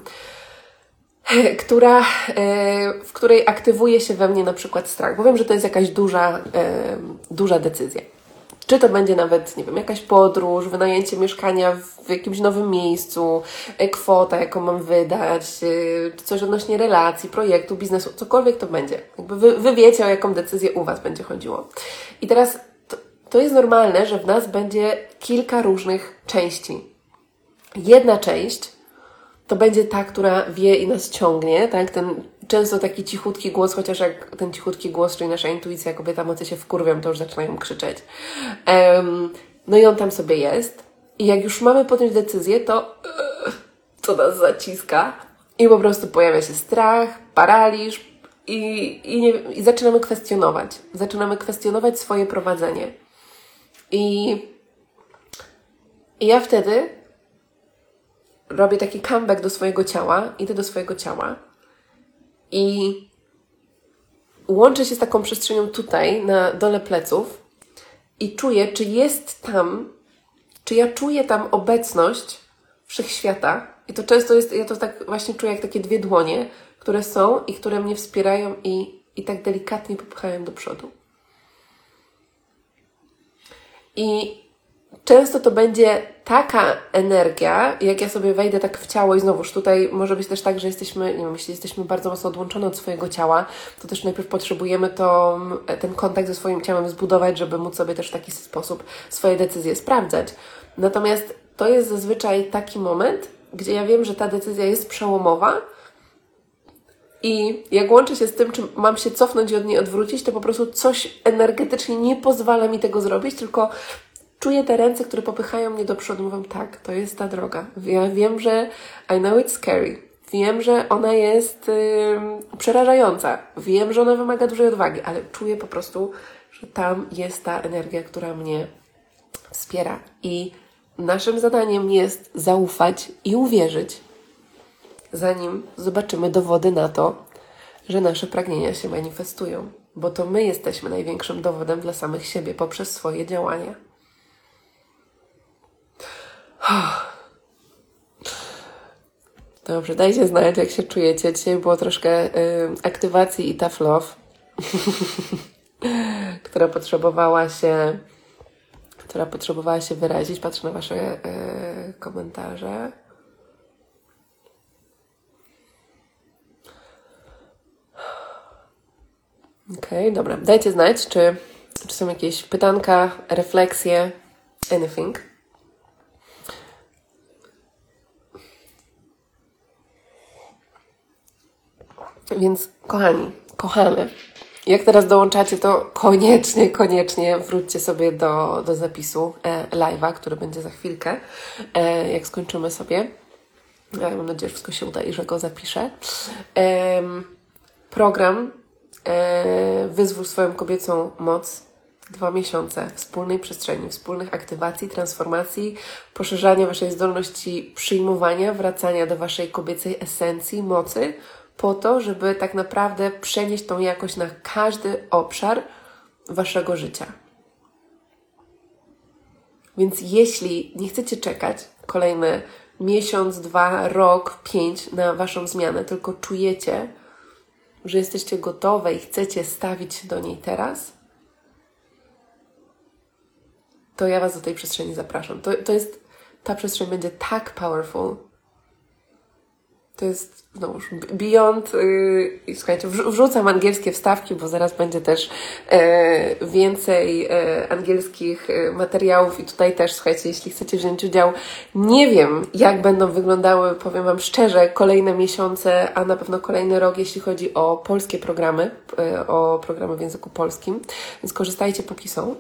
w której aktywuje się we mnie na przykład strach, bo wiem, że to jest jakaś duża decyzja. Czy to będzie nawet, nie wiem, jakaś podróż, wynajęcie mieszkania w jakimś nowym miejscu, kwota, jaką mam wydać, coś odnośnie relacji, projektu, biznesu, cokolwiek to będzie. Jakby wy wiecie, o jaką decyzję u Was będzie chodziło. I teraz to jest normalne, że w nas będzie kilka różnych części. Jedna część to będzie ta, która wie i nas ciągnie, tak? Ten często taki cichutki głos, chociaż jak ten cichutki głos, czyli nasza intuicja, kobieta mocy się wkurwią, to już zaczynają krzyczeć. No i on tam sobie jest. I jak już mamy podjąć decyzję, to nas zaciska i po prostu pojawia się strach, paraliż i zaczynamy kwestionować. Zaczynamy kwestionować swoje prowadzenie. I ja wtedy robię taki comeback do swojego ciała, idę do swojego ciała i łączę się z taką przestrzenią tutaj, na dole pleców i czuję, czy jest tam, czy ja czuję tam obecność wszechświata. I to często jest, ja to tak właśnie czuję jak takie dwie dłonie, które są i które mnie wspierają i tak delikatnie popychają do przodu. I często to będzie taka energia, jak ja sobie wejdę tak w ciało i znowuż tutaj może być też tak, że jesteśmy, nie wiem, jeśli jesteśmy bardzo mocno odłączone od swojego ciała, to też najpierw potrzebujemy ten kontakt ze swoim ciałem zbudować, żeby móc sobie też w taki sposób swoje decyzje sprawdzać. Natomiast to jest zazwyczaj taki moment, gdzie ja wiem, że ta decyzja jest przełomowa i jak łączę się z tym, czy mam się cofnąć i od niej odwrócić, to po prostu coś energetycznie nie pozwala mi tego zrobić, tylko czuję te ręce, które popychają mnie do przodu. Mówią, tak, to jest ta droga. Ja wiem, że I know it's scary. Wiem, że ona jest przerażająca. Wiem, że ona wymaga dużej odwagi, ale czuję po prostu, że tam jest ta energia, która mnie wspiera. I naszym zadaniem jest zaufać i uwierzyć, zanim zobaczymy dowody na to, że nasze pragnienia się manifestują. Bo to my jesteśmy największym dowodem dla samych siebie poprzez swoje działania. Dobrze, dajcie znać, jak się czujecie. Dzisiaj było troszkę aktywacji i tough love, która potrzebowała się wyrazić. Patrzę na Wasze komentarze. Okej, dobra. Dajcie znać, czy są jakieś pytanka, refleksje, anything. Więc kochane, jak teraz dołączacie, to koniecznie wróćcie sobie do zapisu live'a, który będzie za chwilkę, jak skończymy sobie. Mam nadzieję, że wszystko się uda i że go zapiszę. Program Wyzwól swoją kobiecą moc. 2 miesiące wspólnej przestrzeni, wspólnych aktywacji, transformacji, poszerzania Waszej zdolności przyjmowania, wracania do Waszej kobiecej esencji, mocy, po to, żeby tak naprawdę przenieść tą jakość na każdy obszar Waszego życia. Więc jeśli nie chcecie czekać kolejne miesiąc, 2, rok, 5 na Waszą zmianę, tylko czujecie, że jesteście gotowe i chcecie stawić się do niej teraz, to ja Was do tej przestrzeni zapraszam. Ta przestrzeń będzie tak powerful. To jest znowuż beyond. Słuchajcie, wrzucam angielskie wstawki, bo zaraz będzie też więcej angielskich materiałów i tutaj też, słuchajcie, jeśli chcecie wziąć udział, nie wiem, jak będą wyglądały, powiem Wam szczerze, kolejne miesiące, a na pewno kolejny rok, jeśli chodzi o polskie programy, o programy w języku polskim, więc korzystajcie póki są,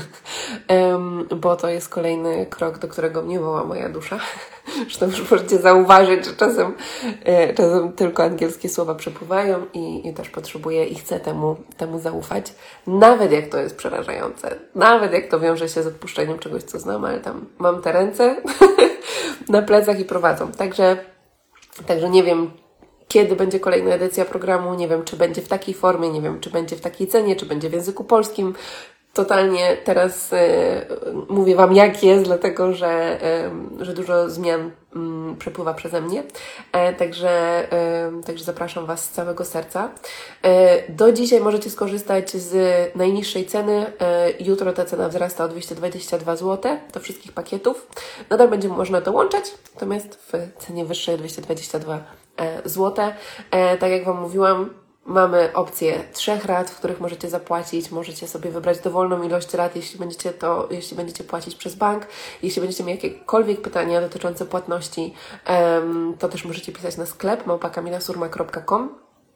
bo to jest kolejny krok, do którego mnie woła moja dusza. Zresztą już możecie zauważyć, że czasem tylko angielskie słowa przepływają i też potrzebuję i chcę temu zaufać. Nawet jak to jest przerażające. Nawet jak to wiąże się z odpuszczeniem czegoś, co znam, ale tam mam te ręce na plecach i prowadzą. Także nie wiem, kiedy będzie kolejna edycja programu, nie wiem, czy będzie w takiej formie, nie wiem, czy będzie w takiej cenie, czy będzie w języku polskim. Totalnie teraz mówię Wam, jak jest, dlatego że dużo zmian przepływa przeze mnie. Także zapraszam Was z całego serca. Do dzisiaj możecie skorzystać z najniższej ceny. Jutro ta cena wzrasta o 222 zł do wszystkich pakietów. Nadal będzie można dołączać, natomiast w cenie wyższej 222 zł. Tak jak Wam mówiłam, mamy opcję 3 rat, w których możecie zapłacić. Możecie sobie wybrać dowolną ilość rat, jeśli będziecie płacić przez bank. Jeśli będziecie mieli jakiekolwiek pytania dotyczące płatności, to też możecie pisać na sklep @kamilasurma.com.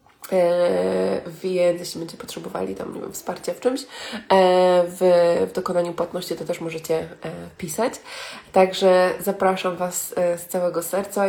Więc jeśli będziecie potrzebowali tam, nie wiem, wsparcia w czymś, w dokonaniu płatności, to też możecie pisać. Także zapraszam Was z całego serca.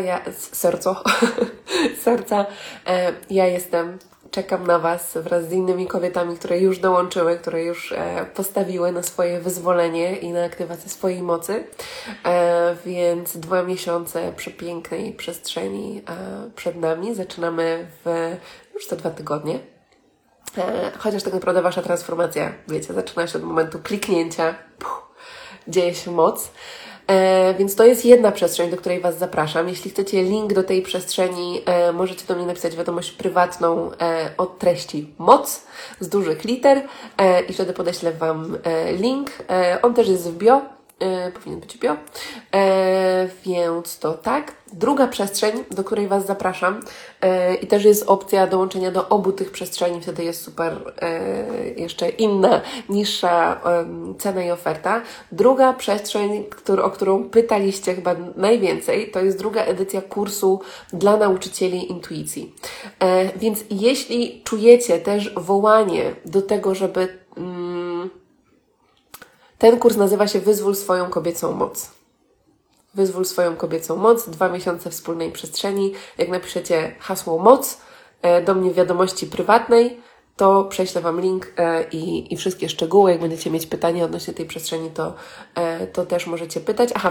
Czekam na Was wraz z innymi kobietami, które już dołączyły, które już postawiły na swoje wyzwolenie i na aktywację swojej mocy. Więc 2 miesiące przepięknej przestrzeni przed nami. Zaczynamy już za 2 tygodnie. Chociaż tak naprawdę Wasza transformacja, wiecie, zaczyna się od momentu kliknięcia. Dzieje się moc. Więc to jest jedna przestrzeń, do której Was zapraszam. Jeśli chcecie link do tej przestrzeni, możecie do mnie napisać wiadomość prywatną od treści moc z dużych liter i wtedy podeślę Wam link. On też jest w bio. Powinien być bio. Więc to tak. Druga przestrzeń, do której Was zapraszam i też jest opcja dołączenia do obu tych przestrzeni, wtedy jest super jeszcze inna, niższa cena i oferta. Druga przestrzeń, o którą pytaliście chyba najwięcej, to jest druga edycja kursu dla nauczycieli intuicji. Więc jeśli czujecie też wołanie do tego, żeby ten kurs nazywa się Wyzwól swoją kobiecą moc. Wyzwól swoją kobiecą moc, 2 miesiące wspólnej przestrzeni. Jak napiszecie hasło moc do mnie w wiadomości prywatnej, to prześlę Wam link i wszystkie szczegóły. Jak będziecie mieć pytania odnośnie tej przestrzeni, to też możecie pytać. Aha,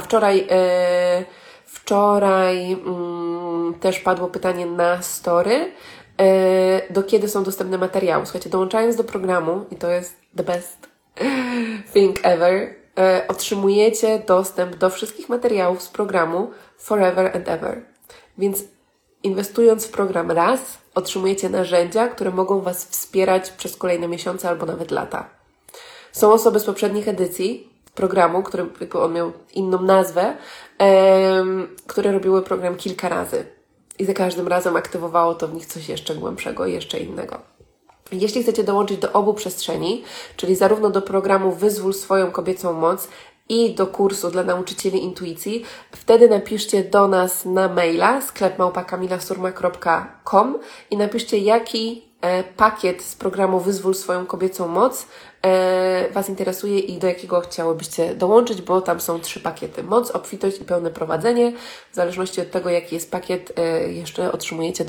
wczoraj też padło pytanie na story, do kiedy są dostępne materiały. Słuchajcie, dołączając do programu, i to jest the best thing ever, otrzymujecie dostęp do wszystkich materiałów z programu forever and ever. Więc inwestując w program raz, otrzymujecie narzędzia, które mogą Was wspierać przez kolejne miesiące albo nawet lata. Są osoby z poprzednich edycji programu, który on miał inną nazwę, które robiły program kilka razy. I za każdym razem aktywowało to w nich coś jeszcze głębszego i jeszcze innego. Jeśli chcecie dołączyć do obu przestrzeni, czyli zarówno do programu Wyzwól swoją kobiecą moc i do kursu dla nauczycieli intuicji, wtedy napiszcie do nas na maila sklep@kamilasurma.com i napiszcie, jaki pakiet z programu Wyzwól swoją kobiecą moc Was interesuje i do jakiego chciałybyście dołączyć, bo tam są 3 pakiety. Moc, obfitość i pełne prowadzenie. W zależności od tego, jaki jest pakiet, jeszcze otrzymujecie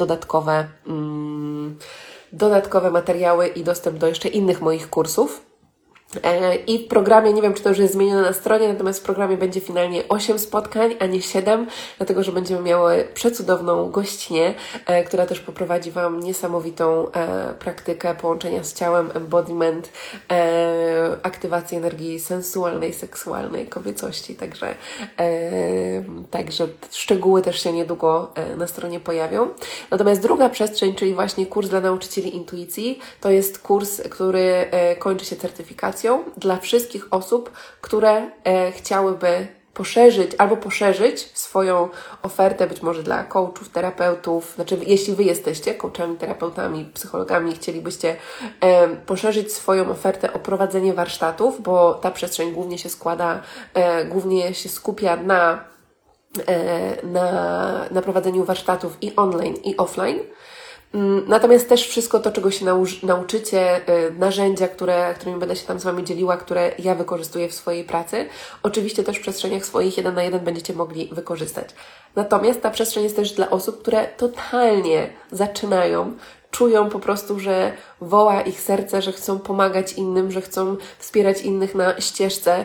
dodatkowe materiały i dostęp do jeszcze innych moich kursów. I w programie, nie wiem, czy to już jest zmienione na stronie, natomiast w programie będzie finalnie 8 spotkań, a nie 7, dlatego, że będziemy miały przecudowną gościnię, która też poprowadzi Wam niesamowitą praktykę połączenia z ciałem, embodiment, aktywacji energii sensualnej, seksualnej, kobiecości, także szczegóły też się niedługo na stronie pojawią. Natomiast druga przestrzeń, czyli właśnie kurs dla nauczycieli intuicji, to jest kurs, który kończy się certyfikacją dla wszystkich osób, które chciałyby poszerzyć swoją ofertę, być może dla coachów, terapeutów, znaczy jeśli Wy jesteście coachami, terapeutami, psychologami i chcielibyście poszerzyć swoją ofertę o prowadzenie warsztatów, bo ta przestrzeń głównie się skupia na prowadzeniu warsztatów i online, i offline. Natomiast też wszystko to, czego się nauczycie, narzędzia, którymi będę się tam z Wami dzieliła, które ja wykorzystuję w swojej pracy, oczywiście też w przestrzeniach swoich 1 na 1 będziecie mogli wykorzystać. Natomiast ta przestrzeń jest też dla osób, które totalnie zaczynają, czują po prostu, że woła ich serce, że chcą pomagać innym, że chcą wspierać innych na ścieżce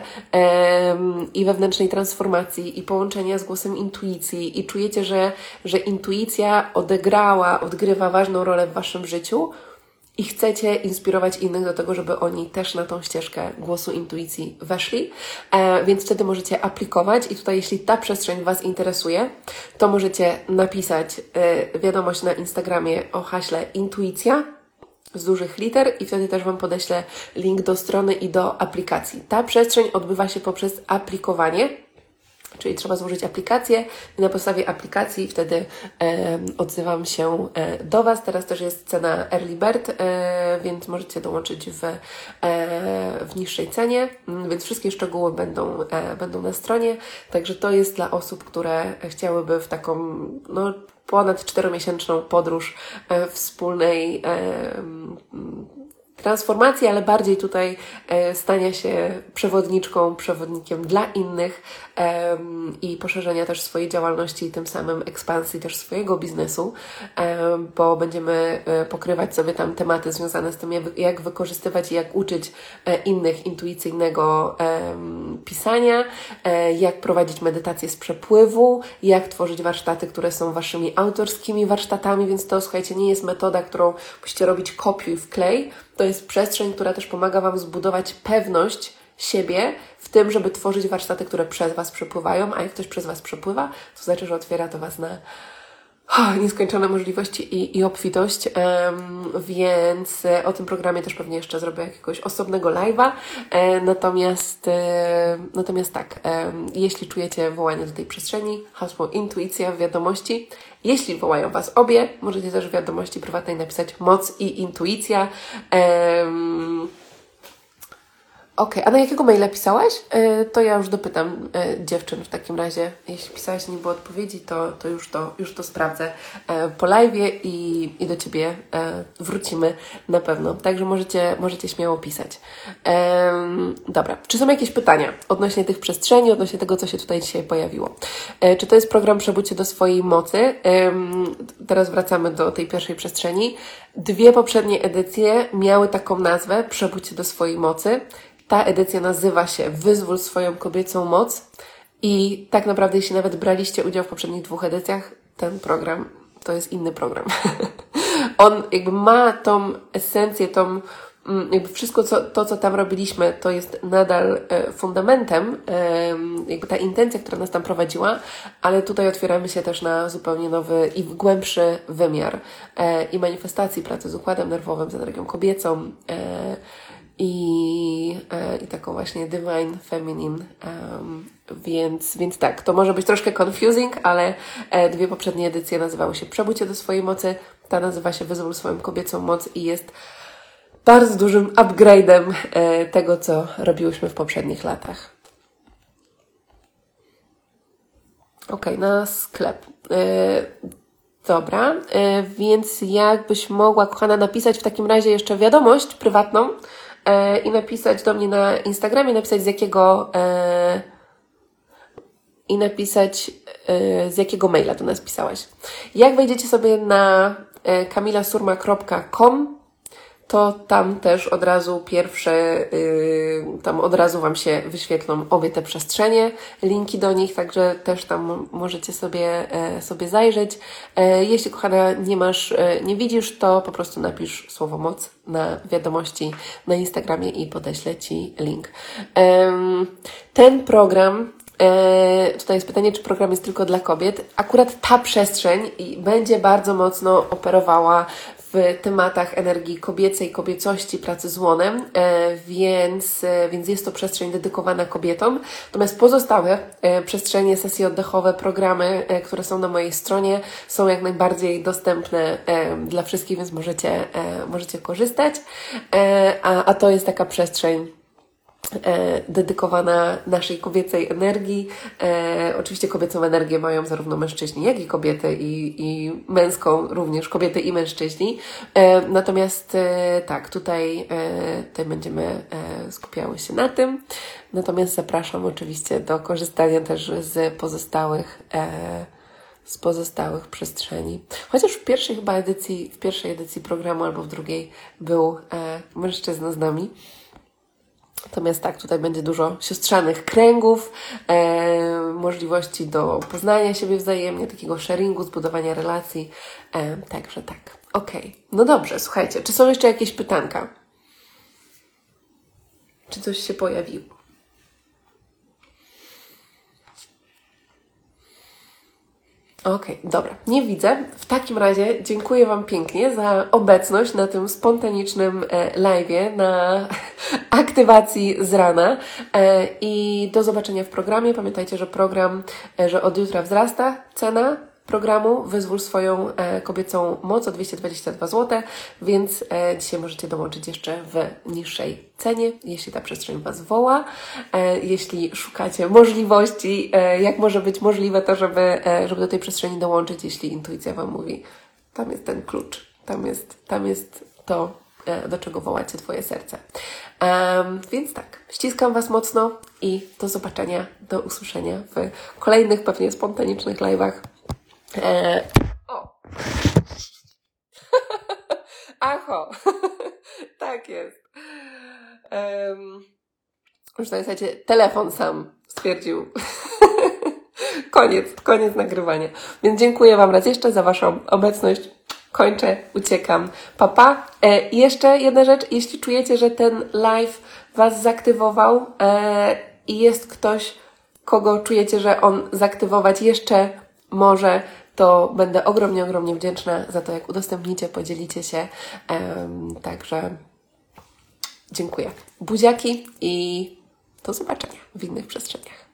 i wewnętrznej transformacji i połączenia z głosem intuicji i czujecie, że intuicja odgrywa ważną rolę w Waszym życiu i chcecie inspirować innych do tego, żeby oni też na tą ścieżkę głosu intuicji weszli, więc wtedy możecie aplikować i tutaj jeśli ta przestrzeń Was interesuje, to możecie napisać wiadomość na Instagramie o haśle intuicja z dużych liter i wtedy też Wam podeślę link do strony i do aplikacji. Ta przestrzeń odbywa się poprzez aplikowanie, czyli trzeba złożyć aplikację i na podstawie aplikacji wtedy odzywam się do Was. Teraz też jest cena Early Bird, więc możecie dołączyć w niższej cenie, więc wszystkie szczegóły będą na stronie. Także to jest dla osób, które chciałyby w taką ponad 4-miesięczną podróż wspólnej transformacji, ale bardziej tutaj stania się przewodnikiem dla innych i poszerzenia też swojej działalności i tym samym ekspansji też swojego biznesu, bo będziemy pokrywać sobie tam tematy związane z tym, jak wykorzystywać i jak uczyć innych intuicyjnego pisania, jak prowadzić medytację z przepływu, jak tworzyć warsztaty, które są Waszymi autorskimi warsztatami, więc to, słuchajcie, nie jest metoda, którą musicie robić kopiuj wklej. To jest przestrzeń, która też pomaga Wam zbudować pewność siebie w tym, żeby tworzyć warsztaty, które przez Was przepływają, a jak ktoś przez Was przepływa, to znaczy, że otwiera to Was na nieskończone możliwości i obfitość, więc o tym programie też pewnie jeszcze zrobię jakiegoś osobnego live'a, natomiast tak, jeśli czujecie wołanie do tej przestrzeni, hasło intuicja w wiadomości, jeśli wołają Was obie, możecie też w wiadomości prywatnej napisać moc i intuicja, Okej, a na jakiego maila pisałaś? To ja już dopytam dziewczyn w takim razie. Jeśli pisałaś i nie było odpowiedzi, to już to sprawdzę po live'ie i do Ciebie wrócimy na pewno. Także możecie śmiało pisać. Dobra, czy są jakieś pytania odnośnie tych przestrzeni, odnośnie tego, co się tutaj dzisiaj pojawiło? Czy to jest program Przebudź się do swojej mocy? Teraz wracamy do tej pierwszej przestrzeni. 2 poprzednie edycje miały taką nazwę, Przebudź się do swojej mocy. Ta edycja nazywa się Wyzwól swoją kobiecą moc i tak naprawdę, jeśli nawet braliście udział w poprzednich 2 edycjach, ten program to jest inny program. On jakby ma tą esencję, jakby wszystko, co tam robiliśmy, to jest nadal fundamentem, jakby ta intencja, która nas tam prowadziła, ale tutaj otwieramy się też na zupełnie nowy i głębszy wymiar i manifestacji pracy z układem nerwowym, z energią kobiecą, i taką właśnie divine feminine, więc tak, to może być troszkę confusing, ale 2 poprzednie edycje nazywały się Przebudź się do swojej mocy, ta nazywa się Wyzwól swoją kobiecą moc i jest bardzo dużym upgrade'em tego, co robiłyśmy w poprzednich latach. Okej, na sklep. Dobra, więc jakbyś mogła, kochana, napisać w takim razie jeszcze wiadomość prywatną i napisać do mnie na Instagramie, napisać z jakiego maila do nas pisałaś. Jak wejdziecie sobie na kamilasurma.com, to tam też od razu tam od razu Wam się wyświetlą obie te przestrzenie, linki do nich, także też tam możecie sobie zajrzeć. Jeśli, kochana, nie widzisz, to po prostu napisz słowo moc na wiadomości na Instagramie i podeślę Ci link. Ten program, tutaj jest pytanie, czy program jest tylko dla kobiet. Akurat ta przestrzeń będzie bardzo mocno operowała w tematach energii kobiecej, kobiecości, pracy z łonem, więc jest to przestrzeń dedykowana kobietom. Natomiast pozostałe przestrzenie, sesje oddechowe, programy, które są na mojej stronie, są jak najbardziej dostępne dla wszystkich, więc możecie korzystać. A to jest taka przestrzeń dedykowana naszej kobiecej energii. Oczywiście kobiecą energię mają zarówno mężczyźni, jak i kobiety i męską również kobiety i mężczyźni. Natomiast tak, tutaj będziemy skupiały się na tym. Natomiast zapraszam oczywiście do korzystania też z pozostałych przestrzeni. Chociaż w pierwszej edycji programu albo w drugiej był mężczyzna z nami. Natomiast tak, tutaj będzie dużo siostrzanych kręgów, możliwości do poznania siebie wzajemnie, takiego sharingu, zbudowania relacji. Także tak. Okej. No dobrze, słuchajcie, czy są jeszcze jakieś pytanka? Czy coś się pojawiło? Okej, dobra, nie widzę. W takim razie dziękuję Wam pięknie za obecność na tym spontanicznym live'ie, na aktywacji z rana i do zobaczenia w programie. Pamiętajcie, że od jutra wzrasta cena programu Wyzwól swoją kobiecą moc o 222 zł, więc dzisiaj możecie dołączyć jeszcze w niższej cenie, jeśli ta przestrzeń Was woła, jeśli szukacie możliwości, jak może być możliwe to, żeby do tej przestrzeni dołączyć, jeśli intuicja Wam mówi, tam jest ten klucz, tam jest to, do czego wołacie Twoje serce. Więc tak, ściskam Was mocno i do zobaczenia, do usłyszenia w kolejnych pewnie spontanicznych live'ach. O! Acho! Tak jest. Już w zasadzie telefon sam stwierdził. Koniec nagrywania. Więc dziękuję Wam raz jeszcze za Waszą obecność. Kończę, uciekam. Pa. I jeszcze jedna rzecz. Jeśli czujecie, że ten live Was zaktywował i jest ktoś, kogo czujecie, że on zaktywować jeszcze może, to będę ogromnie wdzięczna za to, jak udostępnicie, podzielicie się. Także dziękuję. Buziaki i do zobaczenia w innych przestrzeniach.